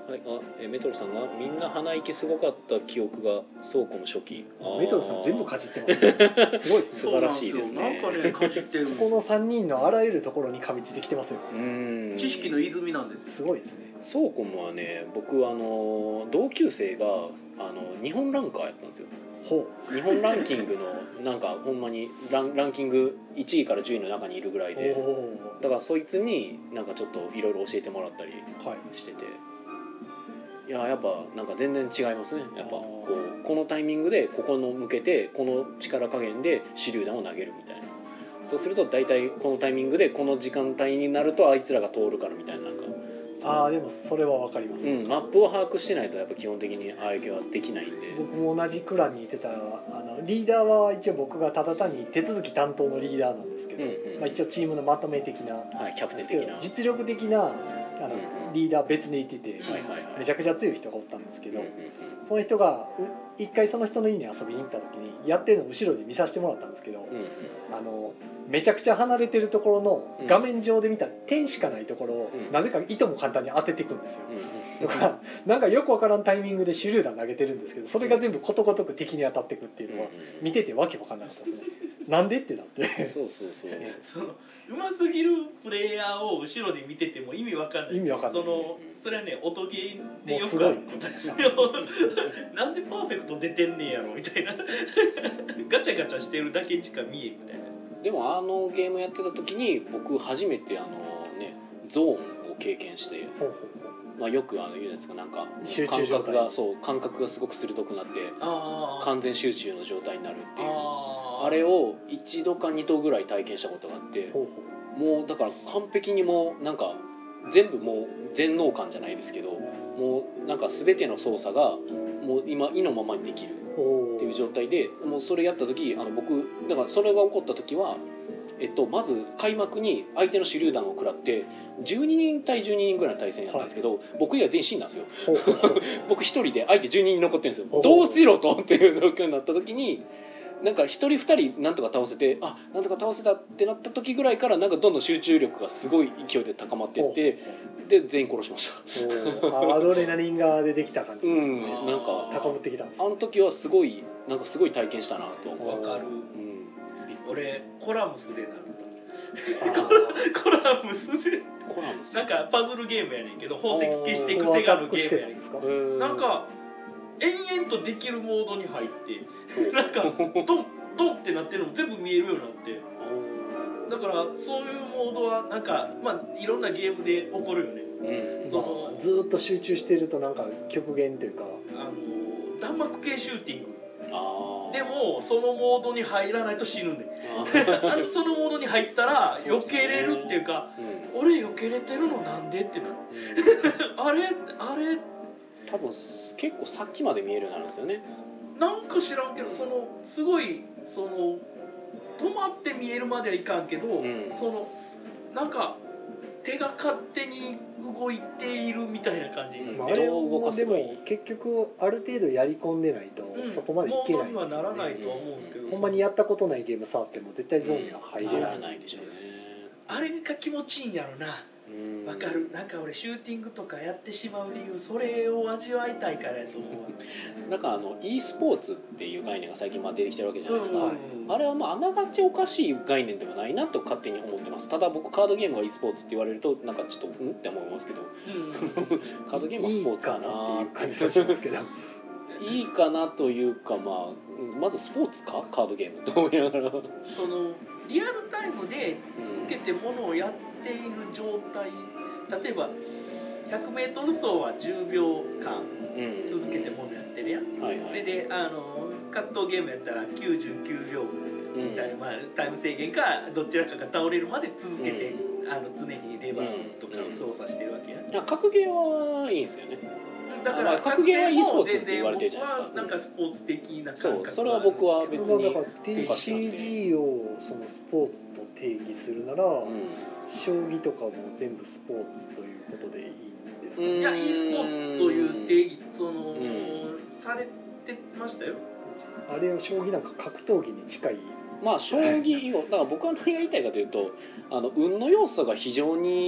はい、あえメトロさんがみんな鼻息すごかった記憶が倉庫の初期。
メトロさん全部かじってますねすごいですね
素晴らしいですね。
なんかねかじってる
ここのさんにんのあらゆるところに噛みついてきてますよ。
うん
知識の泉なんですよ。
すごいですね。
倉庫もはね、僕あの同級生があの日本ランカーやったんですよ。
ほ
日本ランキングのなんかほんまにランランキングいちいからじゅういの中にいるぐらいうで、
お
だからそいつになんかちょっといろいろ教えてもらったり
はい
してて、いややっぱなんか全然違いますね。やっぱ
あー
こうこのタイミングでここの向けてこの力加減で手榴弾を投げるみたいな。そうすると大体このタイミングでこの時間帯になるとあいつらが通るからみたいな、なんか
ああでもそれはわかります、
うん、マップを把握してないとやっぱ基本的にああいう系はできないんで。
僕も同じクランにいてたらあのリーダーは一応僕がただ単に手続き担当のリーダーなんですけど、
うんうん
まあ、一応チームのまとめ的な
はい、キャプテン
ですけ
的な。
ど実力的なあの、
うんうん
リーダー別でいてて、
はいはいはい。
めちゃくちゃ強い人がおったんですけど、
うんうん
その人がう一回その人の家に遊びに行った時にやってるのを後ろで見させてもらったんですけど、
うんうん
あのめちゃくちゃ離れてるところの画面上で見た点しかないところを、
うん
なぜかいとも簡単に当てていくんですよ。
うんうん
だからなんかよくわからんタイミングで手榴弾投げてるんですけど、それが全部ことごとく敵に当たっていくっていうのは見ててわけわかんなかったですね。なんでってなって
そうそうそう。
そのうますぎるプレイヤーを後ろで見てても意味わかんない。
意味わかんない
そのそれはね音ゲーでよ
もうすごい
くあることですよ。なんでパーフェクト出てんねやろみたいな。ガチャガチャしてるだけしか見えんみたいな。
でもあのゲームやってた時に僕初めてあのねゾーンを経験して、
ほうほう
まあ、よくあの言うじゃないですか、なんか
集中
感
状態
覚がそう感覚がすごく鋭くなって
あー
完全集中の状態になるっていう
あー
あれを一度か二度ぐらい体験したことがあって、
ほうほ
もうだから完璧にもうなんか全部もう全能感じゃないですけど、もうなんか全ての操作がもう今意のままにできる
う
っていう状態で、もうそれやった時あの僕だからそれが起こった時は、えっと、まず開幕に相手の手榴弾を食らってじゅうににん対じゅうににんぐらいの対戦やったんですけど、僕以外全員死んだんですよ。
ほうほうほう
僕一人で相手じゅうににん残ってるんですよ。
おう
どうしろとっていう状況になった時に、なんか一人二人なんとか倒せて、あなんとか倒せたってなった時ぐらいからなんかどんどん集中力がすごい勢いで高まっていって、で全員殺しました。
おーあアドレナリンが出てきた感じ、
うん、なんか
高ぶってきたんです
あの時はすごいなんかすごい体験したなと思う。
わかる。
うん
俺コラムスでなる
あ
とコラムスで
コラムス
なんかパズルゲームやねんけど宝石消していくセガのゲームやねん
ですか。
なんか延々とできるモードに入ってなんかドンドンってなってるのも全部見えるようになってだからそういうモードはなんかまあいろんなゲームで起こるよね。
うん
その
まあずーっと集中しているとなんか極限というか
あの弾幕系シューティング
あー
でもそのモードに入らないと死ぬねん
あー
あのそのモードに入ったら
そうそう
避けれるっていうか
うん
俺避けれてるのなんでってなるあれあれ
多分結構さっきまで見えるようになるんですよね。
なんか知らんけどそのすごいその止まって見えるまではいかんけど、
ん
そのなんか手が勝手に動いているみたいな感じになってる、
まああれ
どう動
もで
かせばいい
も結局ある程度やり込んでないと
うん
そこまでいけないん
モードにはならない
です
とは思うんですけど、
よね。ほんまにやったことないゲーム触っても絶対ゾーンには入れ
な
ない
らないでしょうね。
あれが気持ちいいんやろな。
うん
わかる。なんか俺シューティングとかやってしまう理由それを味わいたいからやと思うわ。
なんかあの e スポーツっていう概念が最近まあ出てきてるわけじゃないですか、
はい
あれはまああながちおかしい概念ではないなと勝手に思ってます。ただ僕カードゲームが e スポーツって言われるとなんかちょっとうんって思いますけど、
うん
カードゲームはスポーツか
いいかな
な
っていう感じがしますけど
いいかなというか、まあまずスポーツかカードゲームと思いながら
そのリアルタイムで続けてものをやっている状態、例えば ひゃくメートル 走はじゅうびょうかん
うん
続けてものやってるやん、
はいはい
それであの格闘ゲームやったらきゅうじゅうきゅうびょうみたいな、まあ、タイム制限かどちらかが倒れるまで続けて、あの常にレバーとかを操作してるわけやん、
あ格ゲーはいいんですよね。
だか
まあ
ら
格ゲーは e スポーツって言われてるじゃないですか
僕はなんかスポーツ的な
そう
感覚
それは僕は別に
まあだから ティーシージー をそのスポーツと定義するなら、
うん
将棋とかも全部スポーツということでいいんですか、
うん
いや e スポーツという定義その、
ん
されてましたよ。
あれは将棋なんか格闘技に近い。
まあ将棋をだから僕は何が言いたいかというとあの運の要素が非常に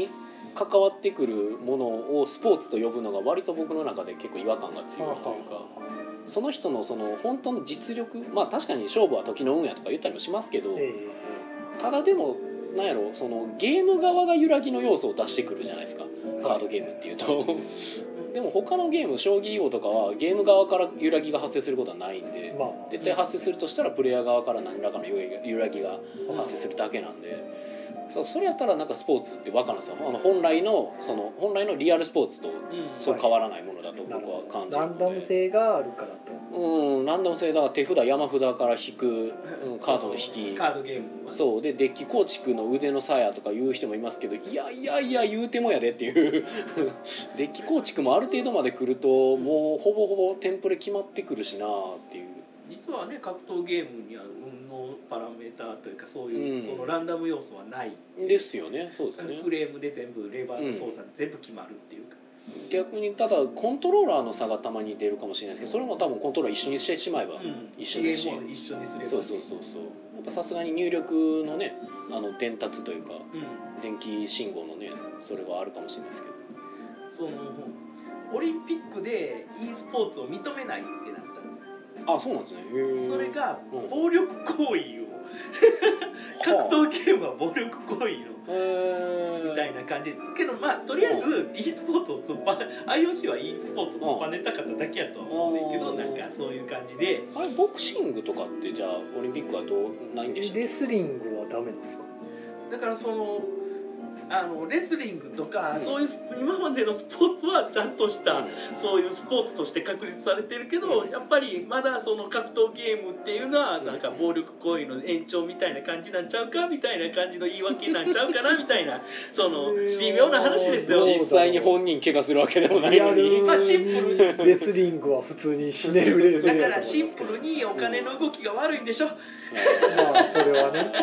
関わってくるものをスポーツと呼ぶのが割と僕の中で結構違和感が強いというか、その人のその本当の実力、まあ確かに勝負は時の運やとか言ったりもしますけど、
え
ただでもなんやろ、そのゲーム側が揺らぎの要素を出してくるじゃないですか、カードゲームっていうとでも他のゲーム、将棋王とかはゲーム側から揺らぎが発生することはないんで、
まあ、
絶対発生するとしたらプレイヤー側から何らかの揺らぎが発生するだけなんで、そうそれやったらなんかスポーツって分かるんですよ。あの本来のその本来のリアルスポーツとそう変わらないものだと僕は感じるので、
ランダム性があるからと。
うん、ランダム性だから手札山札から引く、うん、カードの引き、
カードゲーム
そうでデッキ構築の腕の差やとか言う人もいますけど、いやいやいや言うてもやでっていうデッキ構築もある程度まで来るともうほぼほぼテンプレ決まってくるしなっていう。
実はね格闘ゲームには運のパラメーターというかそういう、
うん、
そのランダム要素はない
ですよね。そうですね。
フレームで全部レバーの操作で全部決まるっていうか、
うん、逆にただコントローラーの差がたまに出るかもしれないですけど、それも多分コントローラー一緒にしてしまえば一緒ですし、
うん、一緒にすれば、ね、
そうそうそうそう、やっぱさすがに入力のねあの伝達というか、うん、電気信号のねそれはあるかもしれないですけど、
そのオリンピックで e スポーツを認めないってなったんです。
あ、そうなんですね。へ
それが暴力行為を、うん、格闘ゲームは暴力行為のみたいな感じけど、まあとりあえず e スポーツを突っぱ アイオーシー は e スポーツを突っぱねたかっただけやとは思うねんけど、なんかそういう感じで、
あれボクシングとかってじゃあオリンピックはどうないんでしょう。
レスリングはダメなんですか。
だからそのあのレスリングとか、うん、そういう今までのスポーツはちゃんとした、うん、そういうスポーツとして確立されてるけど、うん、やっぱりまだその格闘ゲームっていうのはなんか暴力行為の延長みたいな感じなんちゃうかみたいな感じの言い訳なんちゃうかなみたいなその微妙な話ですよ。
実際に本人怪我するわけでもないのに、
まあ、シンプルに
レスリングは普通に死ねるレベル
だからシンプルにお金の動きが悪いんでしょ、うん、
まあそれはね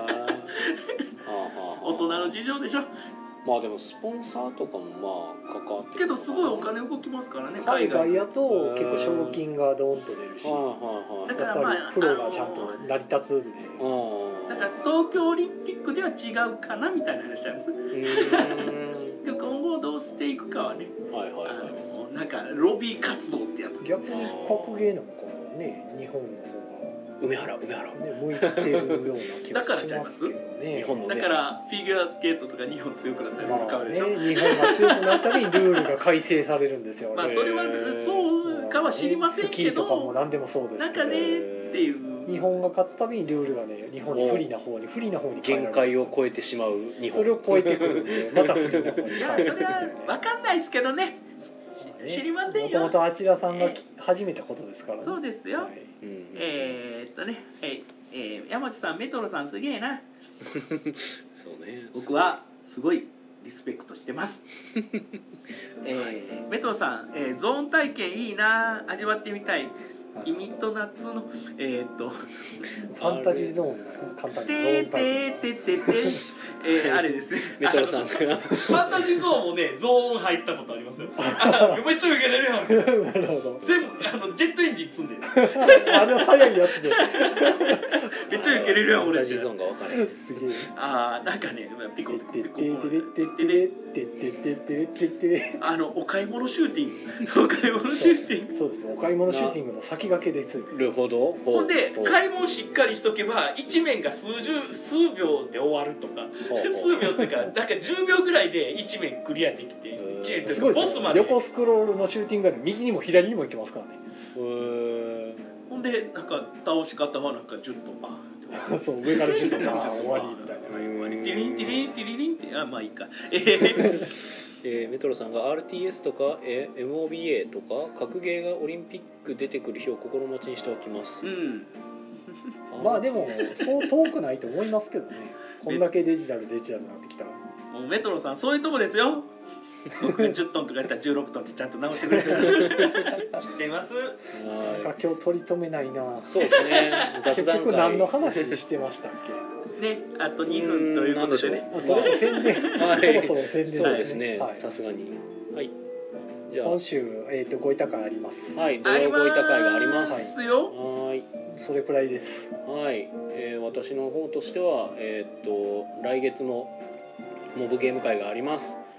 大人の事情でしょ。
まあでもスポンサーとかもまあ関わって
けどすごいお金動きますからね。
海外やと結構賞金がドーンと出るし、だからまあプロがちゃんと成り立つんで、
だから東京オリンピックでは違うかなみたいな話なんです。今後どうしていくかはね、はいはいはい、あのなんかロビー活動ってやつ。
逆に格ゲーなんかもね日本の
梅原梅原、
ね、向いてるような気がしますけどね。
日本の
だからフィギュアスケートとか日本強くなったりとか変わるでしょ、まあ
ね、日本が強くなったりルールが改正されるんですよ。
まあそれはそうかは知りませんけど、
スキーとかも何でもそうですけど、
なんかねっていう
日本が勝つたびにルールがね日本に不利な方に不利な方に
限界を超えてしまう日本、
それを超えてくるんでまた不利な方に。
いやそれは分かんないですけどね、知りませんよ。
もともとあちらさんが始めたことですからね。
そうですよ、はい、えー、っとね、えー、山内さんメトロさんすげえな
そうね、
僕はすごいリスペクトしてます、えー、メトロさん、えー、ゾーン体験いいな、味わってみたい。君と夏のえー、っとフ
ァンタジーゾーン簡単にゾーン体験
てててててえー、あれですね
メトロさんがフ
ァンタジーゾーンもねゾーン入ったことありますよ。めっちゃ受けれるやんなるほど。全部あのジェットエンジン積んでる
あの速いやつで
めっちゃ受けれるやん俺。
ファンタジーゾーンが分かる。
ああなんかねピコピコあのお買い物シューティングお買い物シューティング
そうですね、お買い物シューティングの先駆けです。
なるほど。
ほんで買い物しっかりしとけば一面が数十数秒で終わるとか数秒っていうかなんかじゅうびょうぐらいで一面クリアできて
すごいですね。横スクロールのシューティングが右にも左にも行けますからね。
へ
ほんでなんか倒し方はなんかじゅっとバーンって
そう上からじゅっとバーン終わりみたいな。
終わりティリンティリンティリリンってあまあいいか。えー
えー、メトロさんが アールティーエス とか、えー、エムオービーエー とか格ゲーがオリンピック出てくる日を心待ちにしておきます、
うん、
まあでもそう遠くないと思いますけどね。こんだけデジタルデジタルになってきたら
もうメトロさんそういうとこですよ。僕がじゅっトンとかやったらじゅうろくトンってちゃんと直してくれる知ってます。
今日取り留めないな。
そうですね。
結局何の話してましたっけ
ね、あとにふんということでね。
とりあえず宣伝、はい、そろそろ宣伝ですね。
そうですね。さすがに。はい。じゃあ
今週えっ、ー、とご委託会あります。
はい。土曜ご委託会があります
よ。
はい。
それくらいです。
はい。えー、私の方としてはえっ、ー、と来月もモブゲーム会があります。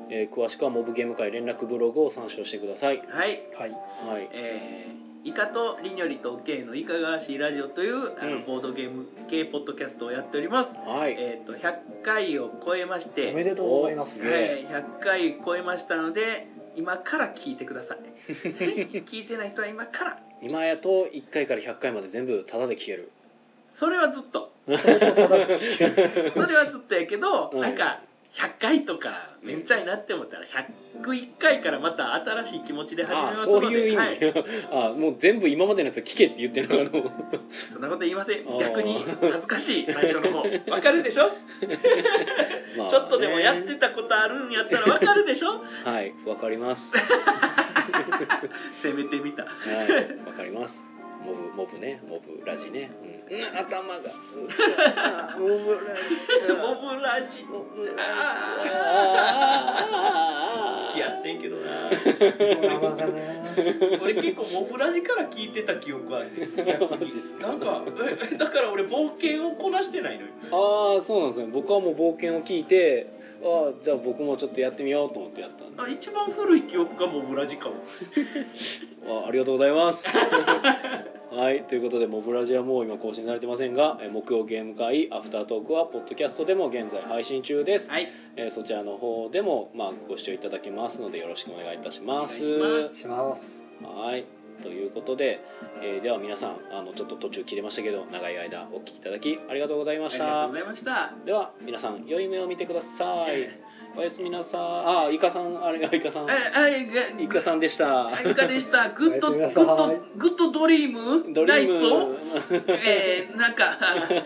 えー、詳しくはモブゲーム会連絡ブログを参照してください。
はい
はい。
はい。
えー、イカとリニョリと K のいかがわしいラジオというあの、
うん、
ボードゲーム系ポッドキャストをやっております。
はい。
えっ、ー、とひゃっかいを超えまして、
おめでとうございます。
はい、ひゃっかい超えましたので今から聞いてください。聞いてない人は今から。
今やといっかいからひゃっかいまで全部タダで聞ける。
それはずっと。それはずっとやけど、うん、なんかひゃっかいとかめっちゃいなって思ったらひゃくいっかいからまた新しい気持ちで始めますので。
あ、そういう意味、はい、あ、もう全部今までのやつ聞けって言ってるの。
そんなこと言いません。逆に恥ずかしい最初の方。わかるでしょ。まあ、ちょっとでもやってたことあるんやったらわかるでしょ。
はい、わかります。
攻めてみた。
はい、わかります。モブモブね、モブラジね、うん、頭がモブラジ
モブラジ好きやってんけどな。俺結構モブラジから聞いてた記憶あるね。なんかえだから俺冒険をこなしてないのよ。
ああ、そうなんですね。僕はもう冒険を聞いて、ああ、じゃあ僕もちょっとやってみようと思ってやったんで。
あ、一番古い記憶がモブラジかも。
あ、ありがとうございます。はい、ということでモブラジはもう今更新されてませんが、木曜ゲーム会アフタートークはポッドキャストでも現在配信中です。
はい、
えー、そちらの方でもまあご視聴いただけますのでよろしくお願いいたします。
お願いします。
はい、ということで、えー、では皆さん、あのちょっと途中切れましたけど長い間お聞きいただきありがとうございました。
ありがとうございました。
では皆さん良い夢を見てください。おやすみなさい。あ、イカさん、あれがイカさん。イカさんでした。
イカでした。グッドグッドグッドドリーム。
ドリーム。
ナイト。えー、なんか